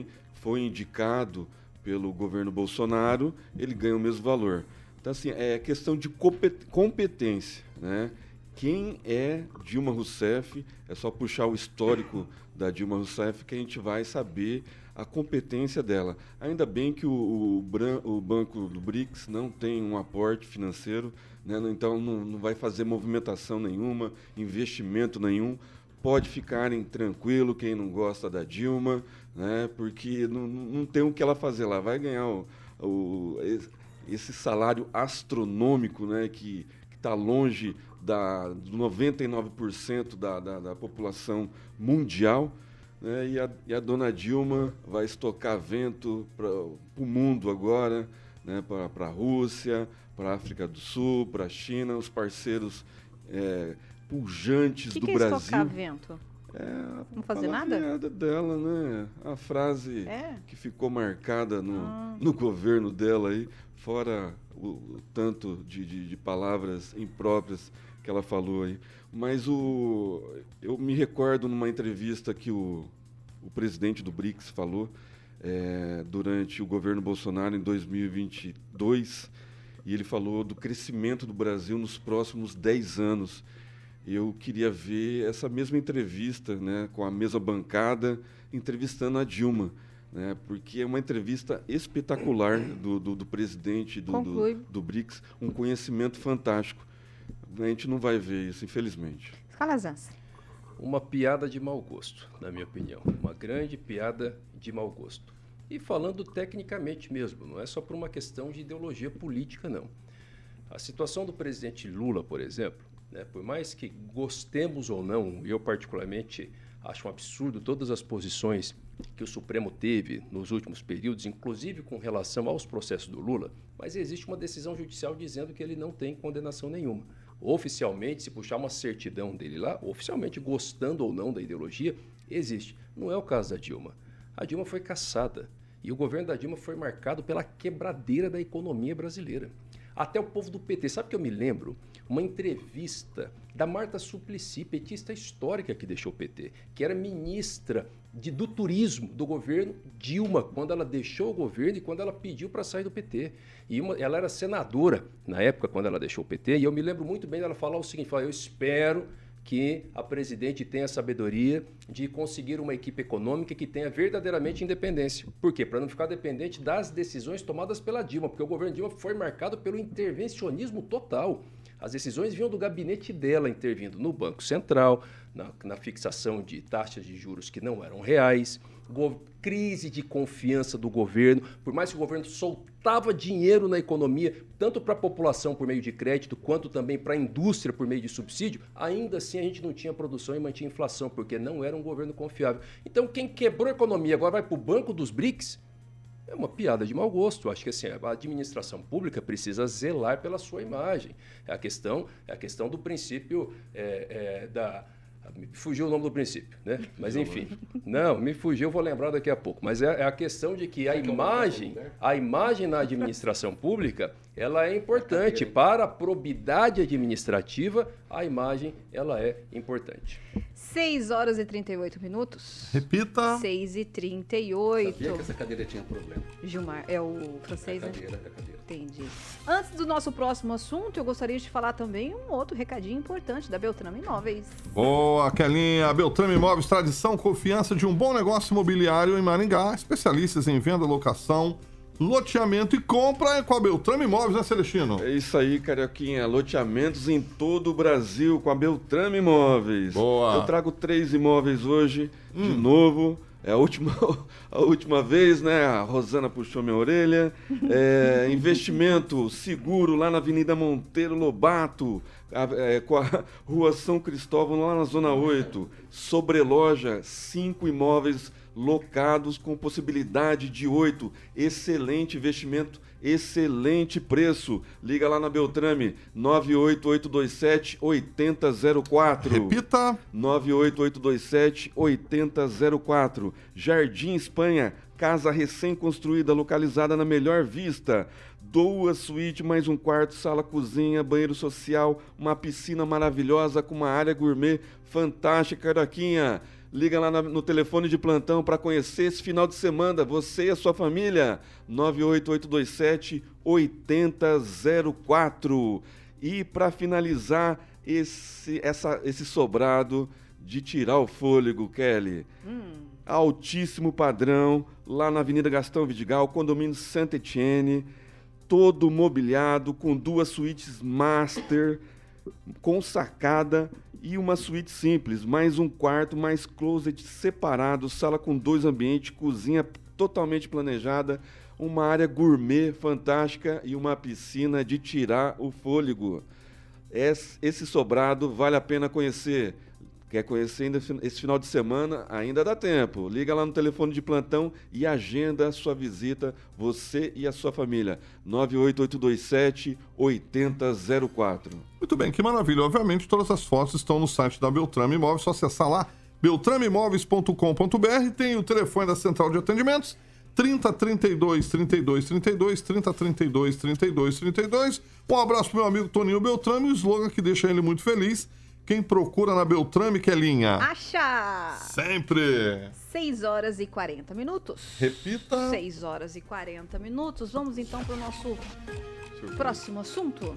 foi indicado pelo governo Bolsonaro, ele ganha o mesmo valor. Então, assim, é questão de competência, né? Quem é Dilma Rousseff, é só puxar o histórico da Dilma Rousseff que a gente vai saber a competência dela. Ainda bem que o, o, Bran, o Banco do BRICS não tem um aporte financeiro, né? Então não, não vai fazer movimentação nenhuma, investimento nenhum. Pode ficarem tranquilo quem não gosta da Dilma, né? Porque não, não tem o que ela fazer lá. Vai ganhar o, o, esse salário astronômico, né? Que está longe da, do noventa e nove por cento da, da, da população mundial. Né? E, a, e a dona Dilma vai estocar vento para o mundo agora, né? Para a Rússia, para a África do Sul, para a China, os parceiros é, pujantes que do que é Brasil. Estocar vento? É, não fazer nada? dela, né? A frase é? que ficou marcada no, ah. no governo dela aí, fora o, o tanto de, de, de palavras impróprias que ela falou aí. Mas o, eu me recordo numa entrevista que o, o presidente do BRICS falou é, durante o governo Bolsonaro em dois mil e vinte e dois, e ele falou do crescimento do Brasil nos próximos dez anos. Eu queria ver essa mesma entrevista, né, com a mesma bancada, entrevistando a Dilma, né, porque é uma entrevista espetacular do, do, do presidente do, do, do BRICS, um conhecimento fantástico. A gente não vai ver isso, infelizmente. Calazans. Uma piada de mau gosto, na minha opinião. Uma grande piada de mau gosto. E falando tecnicamente mesmo, não é só por uma questão de ideologia política, não. A situação do presidente Lula, por exemplo, né, por mais que gostemos ou não, eu particularmente acho um absurdo todas as posições que o Supremo teve nos últimos períodos, inclusive com relação aos processos do Lula, mas existe uma decisão judicial dizendo que ele não tem condenação nenhuma. Oficialmente, se puxar uma certidão dele lá, oficialmente gostando ou não da ideologia, existe. Não é o caso da Dilma. A Dilma foi cassada e o governo da Dilma foi marcado pela quebradeira da economia brasileira. Até o povo do P T, sabe que eu me lembro? Uma entrevista da Marta Suplicy, petista histórica que deixou o P T, que era ministra de, do turismo do governo Dilma, quando ela deixou o governo e quando ela pediu para sair do P T. E uma, ela era senadora na época, quando ela deixou o P T, e eu me lembro muito bem dela falar o seguinte, falar, eu espero que a presidente tenha a sabedoria de conseguir uma equipe econômica que tenha verdadeiramente independência. Por quê? Para não ficar dependente das decisões tomadas pela Dilma, porque o governo Dilma foi marcado pelo intervencionismo total. As decisões vinham do gabinete dela, intervindo no Banco Central, na, na fixação de taxas de juros que não eram reais, go- crise de confiança do governo. Por mais que o governo soltava dinheiro na economia, tanto para a população por meio de crédito, quanto também para a indústria por meio de subsídio, ainda assim a gente não tinha produção e mantinha inflação, porque não era um governo confiável. Então quem quebrou a economia agora vai para o Banco dos BRICS? É uma piada de mau gosto. Acho que assim, a administração pública precisa zelar pela sua imagem. É a questão, é a questão do princípio é, é, da... Me fugiu o nome do princípio, né? Mas enfim. Não, me fugiu, eu vou lembrar daqui a pouco. Mas é, é a questão de que a imagem, a imagem na administração pública, ela é importante. Para a probidade administrativa, a imagem, ela é importante. seis horas e trinta e oito minutos. Repita. seis e trinta e oito. Sabia que essa cadeira tinha problema. Gilmar, é o francês, é a cadeira, né? É a cadeira. Entendi. Antes do nosso próximo assunto, eu gostaria de falar também um outro recadinho importante da Beltrame Imóveis. Boa, Kelinha. Beltrame Imóveis, tradição, confiança de um bom negócio imobiliário em Maringá. Especialistas em venda, locação, loteamento e compra é com a Beltrame Imóveis, né, Celestino? É isso aí, Carioquinha. Loteamentos em todo o Brasil com a Beltrame Imóveis. Boa. Eu trago três imóveis hoje, hum. de novo. É a última, a última vez, né? A Rosana puxou minha orelha. É, investimento seguro lá na Avenida Monteiro Lobato, a, é, com a Rua São Cristóvão, lá na Zona oito. Sobreloja, cinco imóveis locados com possibilidade de oito. Excelente investimento, excelente preço. Liga lá na Beltrame, nove oito oito dois sete, oito zero zero quatro. Repita. nove oito oito dois sete, oito zero zero quatro. Jardim Espanha, casa recém-construída, localizada na melhor vista. Duas suítes, mais um quarto, sala, cozinha, banheiro social, uma piscina maravilhosa com uma área gourmet fantástica, Carioquinha. Liga lá na, no telefone de plantão para conhecer esse final de semana, você e a sua família. nove oito oito dois sete oito zero zero quatro. E para finalizar esse, essa, esse sobrado de tirar o fôlego, Kelly, hum. altíssimo padrão, lá na Avenida Gastão Vidigal, condomínio Saint-Etienne, todo mobiliado, com duas suítes master, com sacada e uma suíte simples, mais um quarto, mais closet separado, sala com dois ambientes, cozinha totalmente planejada, uma área gourmet fantástica e uma piscina de tirar o fôlego. Esse sobrado vale a pena conhecer. Quer conhecer ainda esse final de semana? Ainda dá tempo. Liga lá no telefone de plantão e agenda a sua visita, você e a sua família. nove oito oito dois sete oito zero zero quatro. Muito bem, que maravilha. Obviamente, todas as fotos estão no site da Beltrame Imóveis. Só acessar lá, beltrame imóveis ponto com ponto b r. Tem o telefone da Central de Atendimentos, trinta, trinta e dois, trinta e dois, trinta e dois, trinta, trinta e dois, trinta e dois, trinta e dois. Um abraço pro meu amigo Toninho Beltrame, o slogan que deixa ele muito feliz. Quem procura na Beltrame, Kelinha? Acha! Sempre! seis horas e quarenta minutos. Repita. seis horas e quarenta minutos. Vamos então para o nosso próximo assunto.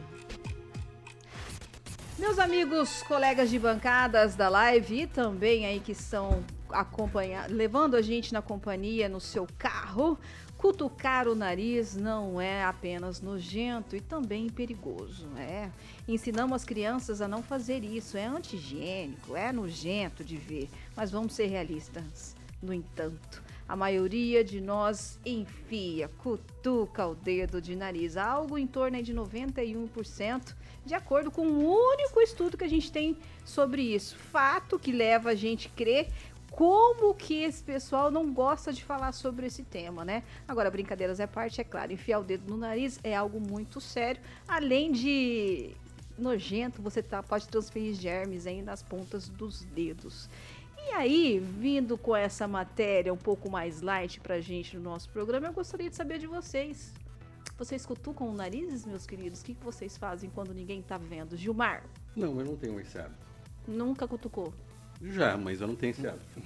Meus amigos, colegas de bancadas da live e também aí que estão acompanhando, levando a gente na companhia no seu carro, cutucar o nariz não é apenas nojento e também perigoso, é. Ensinamos as crianças a não fazer isso, é anti-higiênico, é nojento de ver, mas vamos ser realistas. No entanto, a maioria de nós enfia, cutuca o dedo de nariz, algo em torno de noventa e um por cento, de acordo com um único estudo que a gente tem sobre isso. Fato que leva a gente a crer como que esse pessoal não gosta de falar sobre esse tema, né? Agora, brincadeiras à parte, é claro, enfiar o dedo no nariz é algo muito sério, além de nojento, você tá, pode transferir germes aí nas pontas dos dedos. E aí, vindo com essa matéria um pouco mais light pra gente no nosso programa, eu gostaria de saber de vocês. Vocês cutucam o nariz, meus queridos? O que, que vocês fazem quando ninguém tá vendo? Gilmar? Não, eu não tenho esse hábito. Nunca cutucou? Já, mas eu não tenho esse hábito.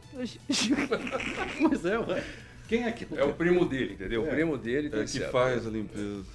Mas é, ué. Quem é que... É o primo dele, entendeu? É. O primo dele tem é que faz a limpeza.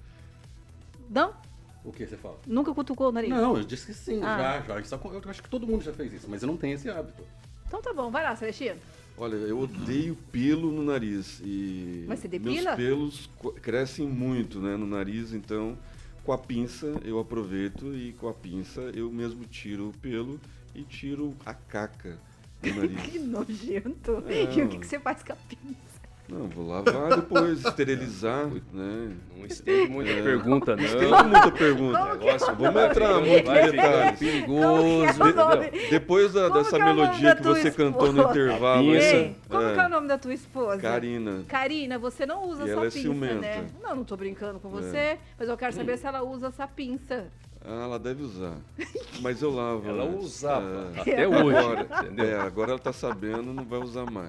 Não? O que você fala? Nunca cutucou o nariz? Não, eu disse que sim, ah. já, já. Isso, eu acho que todo mundo já fez isso, mas eu não tenho esse hábito. Então tá bom, vai lá, Celestino. Olha, eu odeio pelo no nariz. E mas você depila? Meus pelos crescem muito, né, no nariz, então com a pinça eu aproveito e com a pinça eu mesmo tiro o pelo e tiro a caca do nariz. Que nojento. É, e o que, que você faz com a pinça? Não, vou lavar depois, esterilizar, né? Não estende muita é. pergunta, não. Não estende muita pergunta. Negócio, vamos entrar muito em detalhes. Perigoso. De, depois da, dessa é melodia que você esposa? cantou no intervalo. Ei, como é. que é o nome da tua esposa? Karina. Karina, você não usa e essa ela pinça, é ciumenta. né? Não, não tô brincando com você, é. mas eu quero saber hum. se ela usa essa pinça. Ah, ela deve usar. Mas eu lavo. Ela né? usava. É. Até hoje. Agora, entendeu? É, agora ela tá sabendo, não vai usar mais.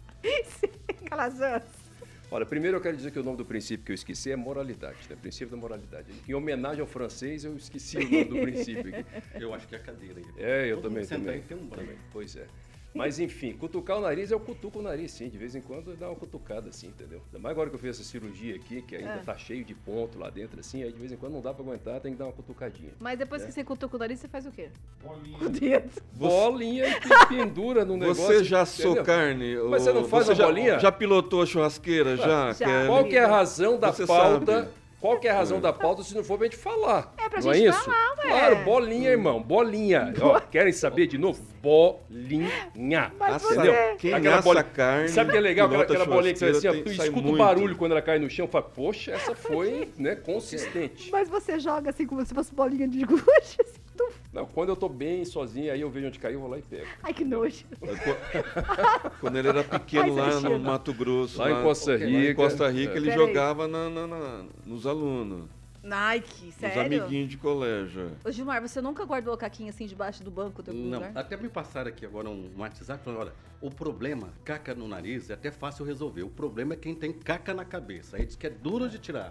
Calazans. Olha, primeiro eu quero dizer que o nome do princípio que eu esqueci é moralidade, né? Princípio da moralidade. Em homenagem ao francês, eu esqueci o nome do princípio aqui. Eu acho que é a cadeira aí. É, eu Todo também. também. também. Tem um também. Pois é. Mas enfim, cutucar o nariz, eu cutuco o nariz, sim. De vez em quando dá uma cutucada, assim, entendeu? Ainda mais agora que eu fiz essa cirurgia aqui, que ainda é. tá cheio de ponto lá dentro, assim, aí de vez em quando não dá pra aguentar, tem que dar uma cutucadinha. Mas depois né? que você cutuca o nariz, você faz o quê? Bolinha. Com o dedo. Bolinha e que pendura no negócio. Você já assou carne? Mas você não faz você a já, bolinha? Já pilotou a churrasqueira? Já? já Kelly? Qual que é a razão da Você pauta... sabe. Qual que é a razão é. da pauta se não for pra gente falar? É pra não gente é isso? falar, ué. Claro, bolinha, irmão, bolinha. Ó, querem saber de novo? Bolinha. Mas entendeu? você... Quem aquela assa bolinha... carne... Sabe que é legal? Aquela, aquela bolinha que você assim, ó, tu tem, escuta muito. o barulho quando ela cai no chão, fala, poxa, essa foi, né, consistente. Mas você joga assim como se fosse bolinha de gude, assim, tu... Não, quando eu tô bem sozinho, aí eu vejo onde caiu, eu vou lá e pego. Ai, que nojo. Quando ele era pequeno Ai, lá no Mato Grosso, lá, lá em Costa Rica, lá em Costa Rica é. ele Pera jogava na, na, na, nos alunos. Ai, que sério? Os amiguinhos de colégio. Ô, Gilmar, você nunca guardou a caquinha assim debaixo do banco do Não, lugar? até me passaram aqui agora um WhatsApp falando, olha, o problema, caca no nariz, é até fácil resolver. O problema é quem tem caca na cabeça. Aí diz que é duro de tirar.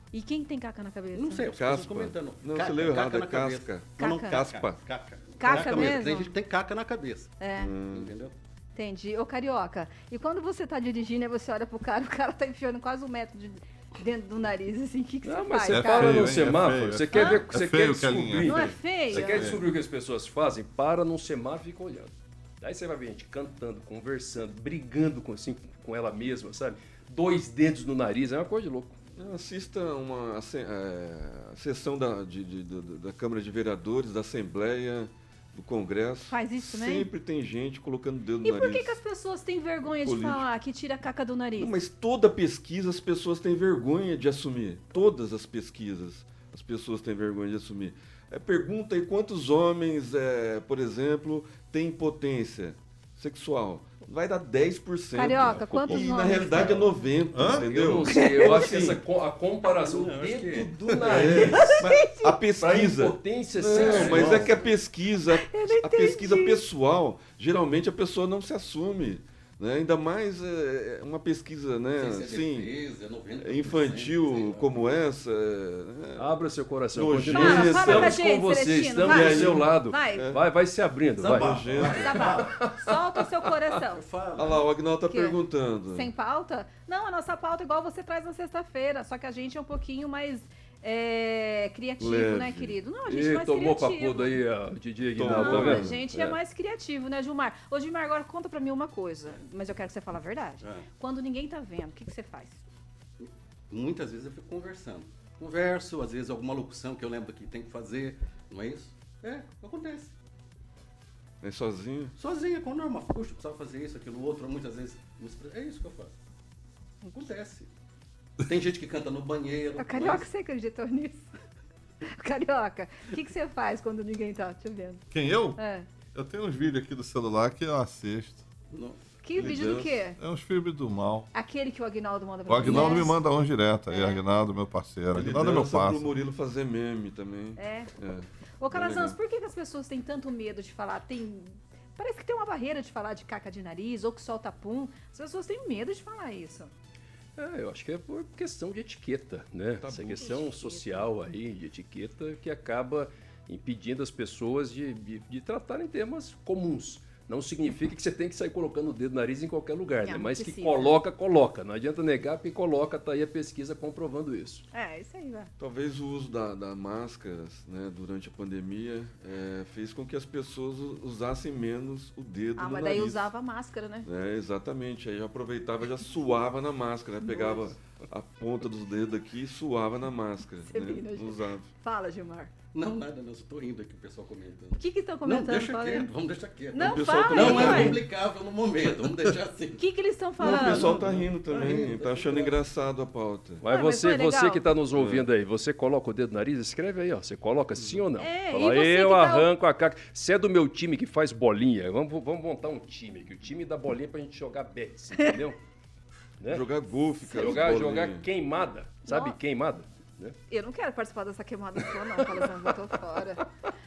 E quem tem caca na cabeça? Não sei, as Caspa. pessoas comentando. Não, Caca, você leu caca errado, é na cabeça. casca. Não, não, Caca. Caspa. Caca. Caca mesmo? Tem gente que tem caca na cabeça. É, Entendeu? entendi. Ô, Carioca, e quando você tá dirigindo e você olha pro cara, o cara tá enfiando quase um metro de dentro do nariz, assim, o que, que Não, você mas faz, você É cara? para feio, no hein? É semáforo, feio. você quer Hã? ver, É você feio, quer descobrir. Kelinha. Não é feio? Você quer descobrir o que as pessoas fazem? Para num semáforo e fica olhando. Aí você vai ver gente cantando, conversando, brigando com, assim, com ela mesma, sabe? Dois dedos no nariz, é uma coisa de louco. Assista uma a, se- é, a sessão da, de- de- do- da Câmara de Vereadores, da Assembleia, do Congresso. Faz isso também? Sempre tem gente colocando o dedo no E nariz. por que, que as pessoas têm vergonha de Político. falar que tira a caca do nariz? Não, mas toda pesquisa as pessoas têm vergonha de assumir. Todas as pesquisas as pessoas têm vergonha de assumir. É, pergunta aí quantos homens, é, por exemplo, têm impotência sexual. Vai dar dez por cento. Carioca, quantos E na homens realidade é têm? noventa por cento, Hã? entendeu? Eu não sei, eu acho que Assim, essa, co- a comparação, Não, o acho dedo que- do nariz mas a pra pesquisa. impotência Não, sexual. mas é que a pesquisa, Eu não a pesquisa entendi. pessoal, geralmente a pessoa não se assume. Né? Ainda mais é, uma pesquisa, né, Sem ser assim, defesa, é noventa por cento, sei infantil lá. como essa. é, Abra seu coração. Nojento. Continue. Fala, fala pra Estamos gente, com você, Celestino, estamos vai. do seu lado. Vai. Vai, vai se abrindo, vai. nojento. Sabá, solta o seu coração. Olha lá, o Agnaldo está Que? perguntando. Sem pauta? Não, a nossa pauta é igual você traz na sexta-feira, só que a gente é um pouquinho mais é, criativo, Leve. né, querido? Não, a gente é Ih, mais tomou criativo. papudo aí, a Didi Tomou. Aguinaldo, tá Não, vendo? a gente é. mais criativo, né, Gilmar? Ô, Gilmar, agora conta pra mim uma coisa, mas eu quero que você fale a verdade. É. Quando ninguém tá vendo, o que, que você faz? Muitas vezes eu fico conversando. Converso, às vezes alguma locução que eu lembro que tem que fazer, não é isso? É, acontece. É sozinho? Sozinha, com norma. Puxa, eu precisava fazer isso, aquilo, outro, muitas vezes. É isso que eu faço. Acontece. Tem gente que canta no banheiro. A Carioca, mas- você acreditou nisso? Carioca, o que, que você faz quando ninguém tá te vendo? Quem, eu? É. Eu tenho uns vídeos aqui do celular que eu assisto. Não. Que Meu vídeo do Deus. quê? É uns filmes do mal. Aquele que o Aguinaldo manda O pra você. Agnaldo me É. manda uns direto aí, Agnaldo, meu parceiro. Ele Agnaldo é meu dança pro parceiro. Murilo fazer meme também. É. É. Ô, Calazans, legal. por que, que as pessoas têm tanto medo de falar? Tem... Parece que tem uma barreira de falar de caca de nariz ou que solta pum. As pessoas têm medo de falar isso. É, eu acho que é por questão de etiqueta, né? Tabu. Essa questão Etiqueta. social aí, de etiqueta, que acaba impedindo as pessoas de, de, de tratarem temas comuns. Não significa que você tem que sair colocando o dedo no nariz em qualquer lugar, Não, né? não Mas que precisa. coloca, coloca. Não adianta negar, porque coloca, tá aí a pesquisa comprovando isso. É, isso aí, vai. Talvez o uso da, da máscaras, né, durante a pandemia é, fez com que as pessoas u- usassem menos o dedo Ah, no mas nariz. daí usava máscara, né? É, exatamente. Aí já aproveitava, já suava na máscara, né? Pegava a ponta dos dedos aqui e suava na máscara. Você né? viu, né, Não gente? usava. Fala, Gilmar. Não, nada, não. Só tô rindo aqui o pessoal comentando. O que que estão Não, comentando? deixa Fala aí. quieto, vamos deixar quieto. Não, O pessoal fala tá- aí, Não é ué. publicável no momento, vamos deixar assim. O que que eles estão Não, falando? o pessoal tá rindo também, rindo, tá tá achando legal. engraçado a pauta. Mas, Ah, mas você, foi legal. você que está nos ouvindo aí, você coloca o dedo no nariz? Escreve aí, ó. Você coloca sim ou não? É, e Fala, você eu que tá- arranco a caca. Você é do meu time que faz bolinha. Vamos, vamos montar um time aqui. O time da bolinha pra gente jogar bets, entendeu? Né? Jogar golfe, cara. Jogar, bolinha. jogar queimada. Sabe Nossa. queimada? Né? Eu não quero participar dessa queimada sua, não, Calazans, eu tô fora.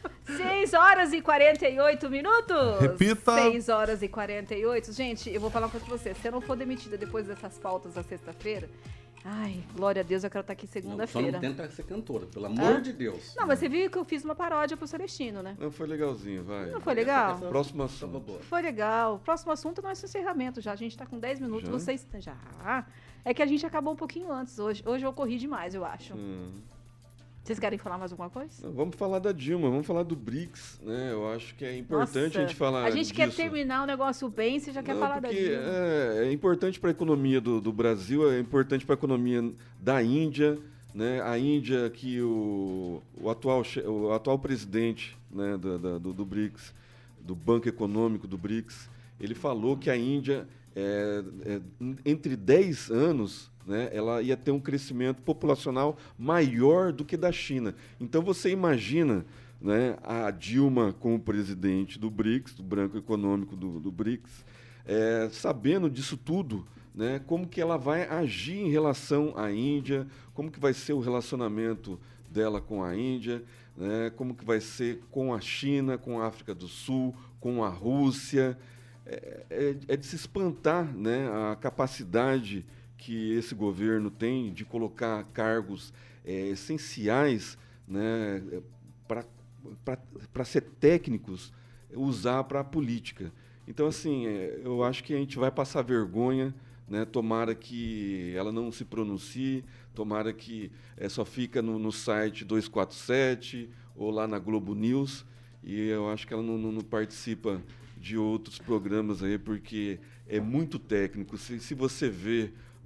seis horas e quarenta e oito minutos. Repita. seis horas e quarenta e oito. Gente, eu vou falar uma coisa pra você. Se eu não for demitida depois dessas pautas da sexta-feira, ai, glória a Deus, eu quero estar aqui Não, só segunda-feira. não tenta ser cantora, pelo amor Hã? de Deus. Não, mas você viu que eu fiz uma paródia pro Celestino, né? Não, foi legalzinho, vai. Não foi legal? Essa- Próximo essa assunto. tava boa. Foi legal. Próximo assunto é nosso encerramento já. A gente tá com dez minutos, Já? vocês... Já. É que a gente acabou um pouquinho antes hoje. Hoje eu corri demais, eu acho. Hum. Vocês querem falar mais alguma coisa? Não, vamos falar da Dilma, vamos falar do BRICS, né? Eu acho que é importante Nossa, a gente falar A gente quer disso. terminar o negócio bem, você já quer Não, falar da porque Dilma. é, é importante para a economia do, do Brasil, é importante para a economia da Índia, né? A Índia que o, o, atual, che- o atual presidente, né, do, do, do- do BRICS, do Banco Econômico do BRICS, ele falou que a Índia, é, é, entre dez anos, né, ela ia ter um crescimento populacional maior do que da China. Então você imagina, né, a Dilma como presidente do BRICS, do Banco Econômico do, do BRICS, é, sabendo disso tudo, né, como que ela vai agir em relação à Índia, como que vai ser o relacionamento dela com a Índia, né, como que vai ser com a China, com a África do Sul, com a Rússia. É, é- é de se espantar, né, a capacidade que esse governo tem de colocar cargos é, essenciais, né, para ser técnicos, usar para a política. Então, assim, é, eu acho que a gente vai passar vergonha, né, tomara que ela não se pronuncie, tomara que é, só fica no, no site duzentos e quarenta e sete ou lá na Globo News, e eu acho que ela não, não, não participa de outros programas aí, porque é muito técnico. Se, se você vê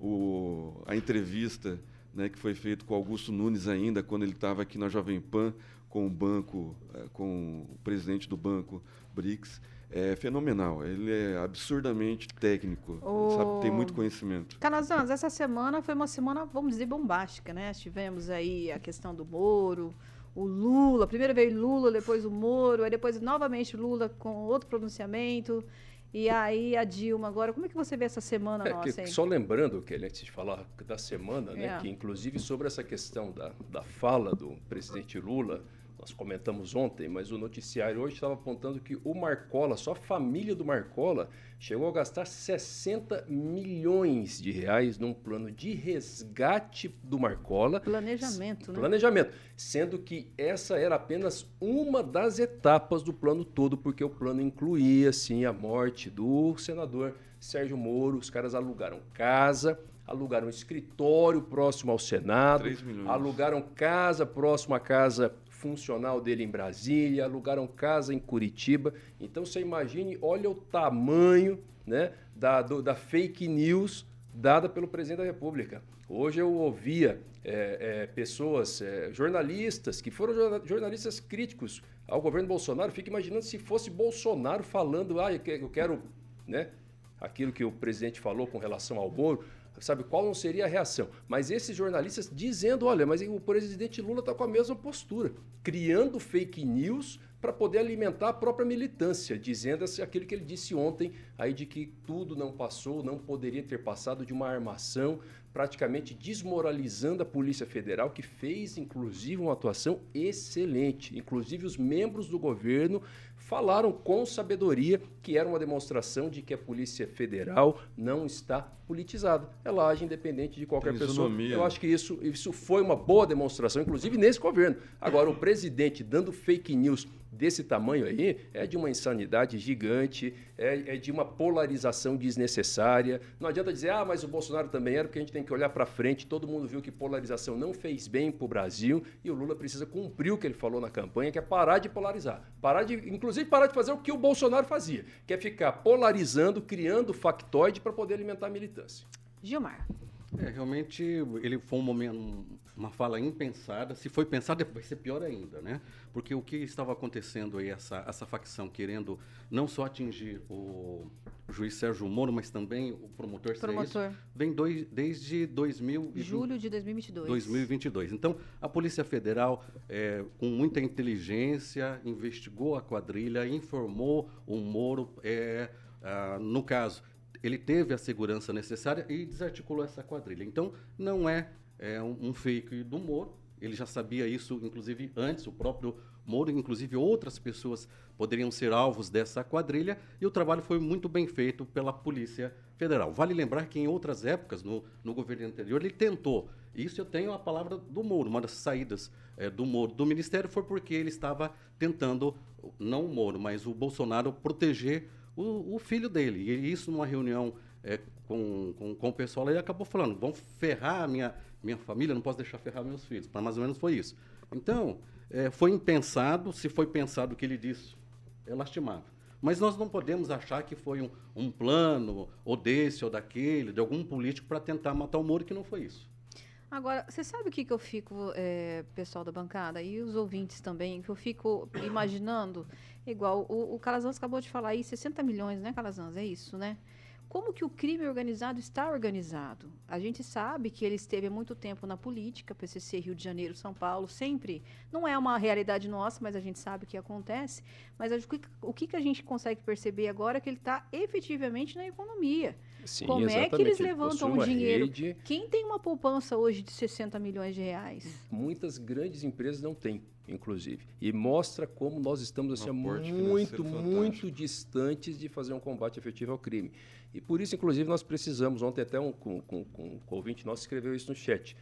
o, a entrevista, né, que foi feita com Augusto Nunes ainda, quando ele estava aqui na Jovem Pan, com o banco, com o presidente do banco BRICS, é fenomenal. Ele é absurdamente técnico, o... sabe, tem muito conhecimento. Calazans, essa semana foi uma semana, vamos dizer, bombástica, né? Tivemos aí a questão do Moro, o Lula, primeiro veio Lula, depois o Moro, aí depois novamente Lula com outro pronunciamento, e aí a Dilma agora. Como é que você vê essa semana é, nossa, que, hein? Só lembrando, que antes de falar da semana, né, é. que inclusive sobre essa questão da, da fala do presidente Lula, nós comentamos ontem, mas o noticiário hoje estava apontando que o Marcola, só a família do Marcola, chegou a gastar sessenta milhões de reais num plano de resgate do Marcola. Planejamento, né? Planejamento. Sendo que essa era apenas uma das etapas do plano todo, porque o plano incluía, sim, a morte do senador Sérgio Moro. Os caras alugaram casa, alugaram escritório próximo ao Senado, três milhões. Alugaram casa próximo à casa funcional dele em Brasília, alugaram casa em Curitiba. Então você imagine, olha o tamanho, né, da, do, da fake news dada pelo presidente da República. Hoje eu ouvia é, é, pessoas, é, jornalistas, que foram jornalistas críticos ao governo Bolsonaro. Fica imaginando se fosse Bolsonaro falando, ah, eu quero, né, aquilo que o presidente falou com relação ao Moro. Sabe, qual não seria a reação? Mas esses jornalistas dizendo, olha, mas o presidente Lula está com a mesma postura, criando fake news para poder alimentar a própria militância, dizendo aquilo que ele disse ontem, aí de que tudo não passou, não poderia ter passado, de uma armação, praticamente desmoralizando a Polícia Federal, que fez, inclusive, uma atuação excelente. Inclusive, os membros do governo falaram com sabedoria que era uma demonstração de que a Polícia Federal não está politizada. Ela age independente de qualquer Tem pessoa. isonomia. Eu acho que isso, isso foi uma boa demonstração, inclusive nesse governo. Agora, o presidente dando fake news desse tamanho aí é de uma insanidade gigante, é, é de uma polarização desnecessária. Não adianta dizer, ah, mas o Bolsonaro também era, porque a gente tem que olhar para frente. Todo mundo viu que polarização não fez bem para o Brasil e o Lula precisa cumprir o que ele falou na campanha, que é parar de polarizar. Parar de, inclusive, parar de fazer o que o Bolsonaro fazia, que é ficar polarizando, criando factoide para poder alimentar a militância. Gilmar. É, realmente, ele foi um momento, uma fala impensada. Se foi pensada, vai ser pior ainda, né? Porque o que estava acontecendo aí, essa, essa facção querendo não só atingir o juiz Sérgio Moro, mas também o promotor, Promotor. Isso, vem dois, desde dois mil e vinte, julho de dois mil e vinte e dois. dois mil e vinte e dois. Então, a Polícia Federal, é, com muita inteligência, investigou a quadrilha, informou o Moro, é, ah, no caso, ele teve a segurança necessária e desarticulou essa quadrilha. Então, não é, é um, um fake do Moro. Ele já sabia isso, inclusive, antes. O próprio Moro, inclusive, outras pessoas poderiam ser alvos dessa quadrilha. E o trabalho foi muito bem feito pela Polícia Federal. Vale lembrar que, em outras épocas, no, no governo anterior, ele tentou. Isso eu tenho a palavra do Moro. Uma das saídas é, do Moro do Ministério foi porque ele estava tentando, não o Moro, mas o Bolsonaro, proteger O, o filho dele. E isso, numa reunião é, com, com, com o pessoal, ele acabou falando, vão ferrar a minha, minha família, não posso deixar ferrar meus filhos. Mas mais ou menos foi isso. Então, é, foi impensado. Se foi pensado o que ele disse, é lastimável. Mas nós não podemos achar que foi um, um plano, ou desse, ou daquele, de algum político para tentar matar o Moro, que não foi isso. Agora, você sabe o que, que eu fico, é, pessoal da bancada, e os ouvintes também, que eu fico imaginando, igual, o, o Calazans acabou de falar aí, sessenta milhões, né, Calazans? É isso, né? Como que o crime organizado está organizado? A gente sabe que ele esteve há muito tempo na política, P C C, Rio de Janeiro, São Paulo, sempre. Não é uma realidade nossa, mas a gente sabe o que acontece. Mas o que, o que a gente consegue perceber agora é que ele está efetivamente na economia. Sim, Como exatamente. é que eles Ele levantam possui o uma dinheiro? rede. Quem tem uma poupança hoje de sessenta milhões de reais? Muitas grandes empresas não têm, inclusive. E mostra como nós estamos assim, Um aporte muito, financeiro muito fantástico. distantes de fazer um combate efetivo ao crime. E por isso, inclusive, nós precisamos, ontem até um com, com, com, com o ouvinte nosso escreveu isso no chat,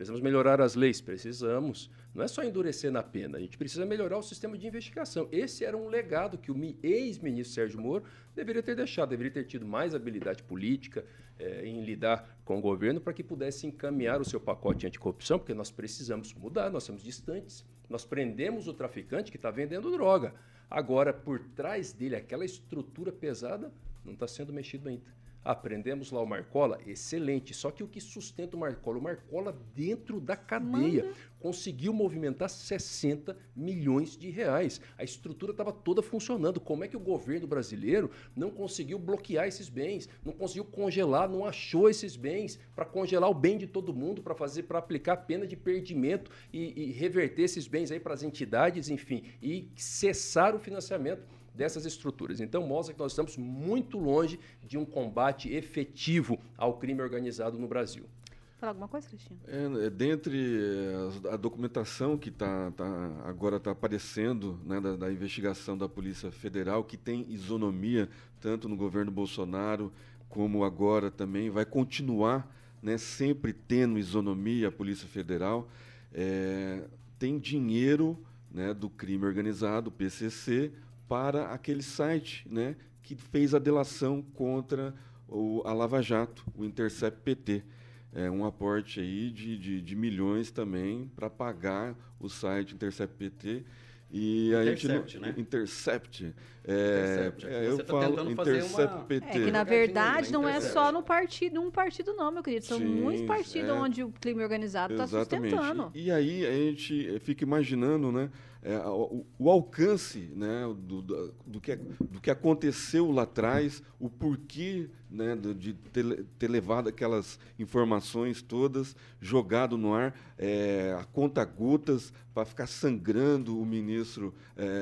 Precisamos melhorar as leis, precisamos. Não é só endurecer na pena, a gente precisa melhorar o sistema de investigação. Esse era um legado que o ex-ministro Sérgio Moro deveria ter deixado, deveria ter tido mais habilidade política é, em lidar com o governo para que pudesse encaminhar o seu pacote anticorrupção, porque nós precisamos mudar, nós somos distantes. Nós prendemos o traficante que está vendendo droga. Agora, por trás dele, aquela estrutura pesada não está sendo mexido ainda. Aprendemos lá o Marcola, excelente. Só que o que sustenta o Marcola? O Marcola, dentro da cadeia, Manda. conseguiu movimentar sessenta milhões de reais. A estrutura estava toda funcionando. Como é que o governo brasileiro não conseguiu bloquear esses bens? Não conseguiu congelar, não achou esses bens para congelar o bem de todo mundo, para fazer, para aplicar pena de perdimento e, e reverter esses bens aí para as entidades, enfim, e cessar o financiamento dessas estruturas. Então, mostra que nós estamos muito longe de um combate efetivo ao crime organizado no Brasil. Falar alguma coisa, Cristina? É, dentre a documentação que tá, tá, agora está aparecendo, né, da, da investigação da Polícia Federal, que tem isonomia tanto no governo Bolsonaro como agora também, vai continuar, né, sempre tendo isonomia a Polícia Federal, é, tem dinheiro, né, do crime organizado, P C C, para aquele site, né, que fez a delação contra o, a Lava Jato, o Intercept P T. É um aporte aí de, de, de milhões também para pagar o site Intercept P T. E a Intercept, gente, né? Intercept. É, Intercept. é, Você eu tá falo tentando fazer Intercept uma- P T. É que, na verdade, não é Intercept. só no partido, um partido não, meu querido. São Sim, muitos partidos é. onde o crime organizado está Exatamente. sustentando. E, e aí a gente fica imaginando, né, é, o, o alcance, né, do, do, do, que, do que aconteceu lá atrás, o porquê, né, do- de ter, ter levado aquelas informações todas, jogado no ar, é, a conta-gotas, para ficar sangrando o ministro,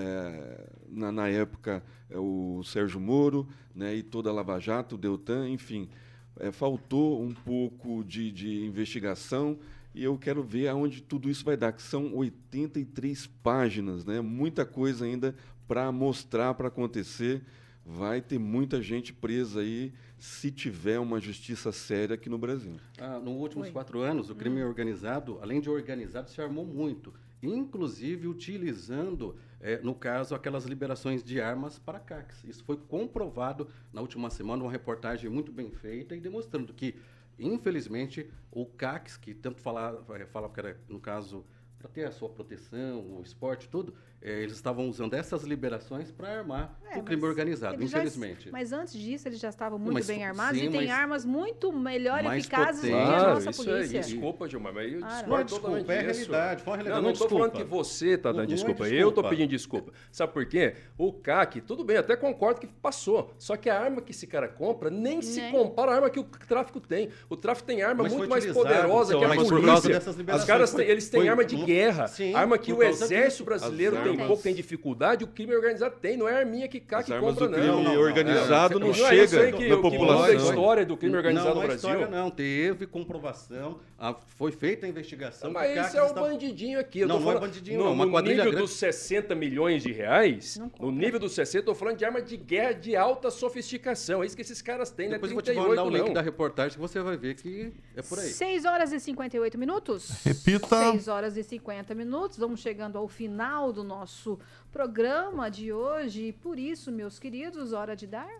é, na, na época, é, o Sérgio Moro, né, e toda a Lava Jato, o Deltan, enfim. É, faltou um pouco de, de investigação e eu quero ver aonde tudo isso vai dar, que são oitenta e três páginas, né? Muita coisa ainda para mostrar, para acontecer. Vai ter muita gente presa aí se tiver uma justiça séria aqui no Brasil. Ah, nos últimos Oi. quatro anos, o crime organizado, além de organizado, se armou muito, inclusive utilizando, eh, no caso, aquelas liberações de armas para C A Cs. Isso foi comprovado na última semana, uma reportagem muito bem feita e demonstrando que, infelizmente, o C A Cs, que tanto falava, eh, falava que era, no caso, para ter a sua proteção, o esporte, tudo, eh, eles estavam usando essas liberações para armar É, o crime mas organizado, eles já- infelizmente. mas antes disso, eles já estavam muito Mas, bem armados sim, e têm mas- armas muito melhor mais eficazes do que a potentes. Claro, nossa isso polícia. aí. Desculpa, Gilmar, mas eu Ah, discordo não é totalmente desculpa, é disso. realidade, foi uma realidade, Não, não não é estou falando que desculpa. você está Não- dando não é desculpa, eu desculpa. estou pedindo desculpa. Sabe por quê? O C A C, tudo bem, até concordo que passou, só que a arma que esse cara compra nem se Nem. compara à arma que o tráfico tem. O tráfico tem arma Mas muito foi mais utilizado, poderosa então, que a mas por polícia. causa dessas Os liberações, caras foi- têm, eles têm foi- arma de guerra, Sim, arma que por o causa exército disso. brasileiro As tem armas- pouco, tem dificuldade, o crime organizado tem, não é a arminha que C A As C armas compra, do não. crime não, não. organizado É, não, não é isso chega aí que, na que muda a população. história do crime organizado não, no não é Brasil. história não, teve comprovação, a- foi feita a investigação. Mas que a esse C é A o C estava- bandidinho aqui. Eu Não, tô não é falando, bandidinho, no, não, uma no quadrilha nível grande. dos sessenta milhões de reais, Não no compra. nível dos sessenta, eu tô falando de arma de guerra de alta sofisticação. É isso que esses caras têm, Depois não eu vou é te trinta e mandar oito, o link não. da reportagem que você vai ver que é por aí. seis horas e cinquenta e oito minutos. Repita. seis horas e cinquenta minutos. Vamos chegando ao final do nosso programa de hoje. E por isso, meus queridos, hora de dar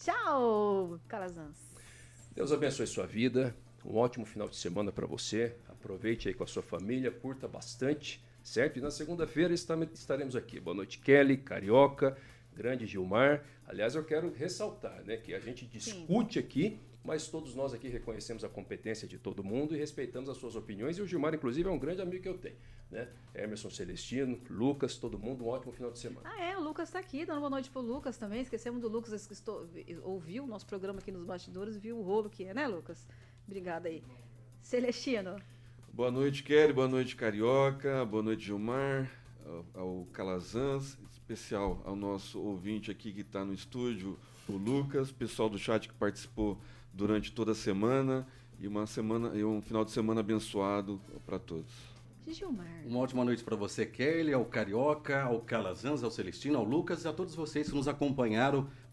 tchau, Calazans. Deus abençoe sua vida. Um ótimo final de semana para você. Aproveite aí com a sua família, curta bastante, certo? E na segunda-feira estame- estaremos aqui. Boa noite, Kelly, Carioca, grande Gilmar. Aliás, eu quero ressaltar, né, que a gente discute aqui, mas todos nós aqui reconhecemos a competência de todo mundo e respeitamos as suas opiniões. E o Gilmar, inclusive, é um grande amigo que eu tenho, né? Emerson Celestino, Lucas, todo mundo, um ótimo final de semana. Ah, é, o Lucas tá aqui, dando boa noite pro Lucas também. Esquecemos do Lucas, que estou- ouviu o nosso programa aqui nos bastidores, viu o rolo que é, né, Lucas? Obrigada aí. Celestino. Boa noite, Kelly. Boa noite, Carioca. Boa noite, Gilmar. Ao, ao Calazans, especial ao nosso ouvinte aqui que está no estúdio, o Lucas, pessoal do chat que participou durante toda a semana e uma semana e um final de semana abençoado para todos. Gilmar. Uma ótima noite para você, Kelly, ao Carioca, ao Calazans, ao Celestino, ao Lucas e a todos vocês que nos acompanharam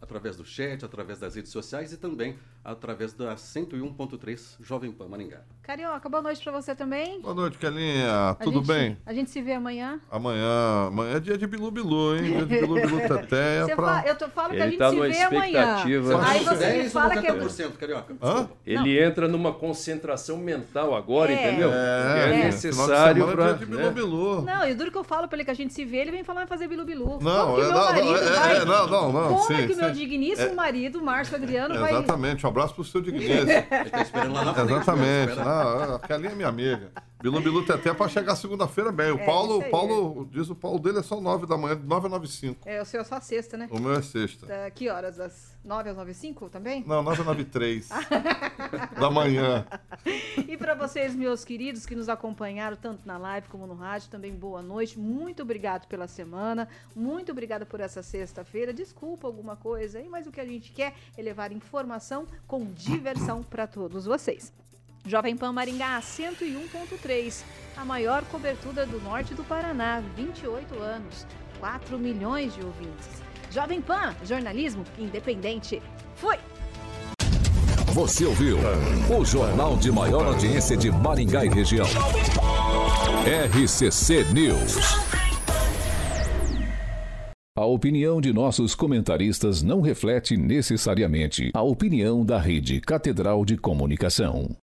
através do chat, através das redes sociais e também através da cento e um ponto três Jovem Pan Maringá. Carioca, boa noite para você também. Boa noite, Kelinha. Tudo gente, bem? A gente se vê amanhã. Amanhã, amanhã é dia de Bilu Bilu, hein? Dia de Bilu Bilu Teteia. Você pra... fala, eu tô, falo que Ele a gente tá se numa vê amanhã. Aí você me fala que é... noventa por cento, Carioca. Hã? Ele Não. entra numa concentração mental agora, é. entendeu? É, é necessário para... É dia de Bilu Bilu. Não, e o duro que eu falo pra ele que a gente se vê, ele vem falar em fazer Bilu Bilu. Não, Como que é, meu não, marido não, é, vai... é, não, não, não. Como sim, é que o meu sim. digníssimo é. marido, Márcio Adriano, vai... Exatamente, um abraço pro seu digníssimo. Ele tá esperando lá na frente. Exatamente. Não, a Kelinha é minha amiga. Bilu Bilu Teté pra chegar segunda-feira bem. O É, Paulo, isso aí, Paulo diz o Paulo dele é só nove da manhã, nove a nove e cinco. É, o seu é só sexta, né? O meu é sexta. Da, que horas? Das nove às nove e cinco também? Não, nove a nove e três da manhã. E para vocês, meus queridos, que nos acompanharam tanto na live como no rádio, também boa noite. Muito obrigado pela semana. Muito obrigada por essa sexta-feira. Desculpa alguma coisa aí, mas o que a gente quer é levar informação com diversão para todos vocês. Jovem Pan Maringá cento e um ponto três, a maior cobertura do norte do Paraná, vinte e oito anos, quatro milhões de ouvintes. Jovem Pan, jornalismo independente. Fui! Você ouviu o jornal de maior audiência de Maringá e região. R C C News. A opinião de nossos comentaristas não reflete necessariamente a opinião da Rede Catedral de Comunicação.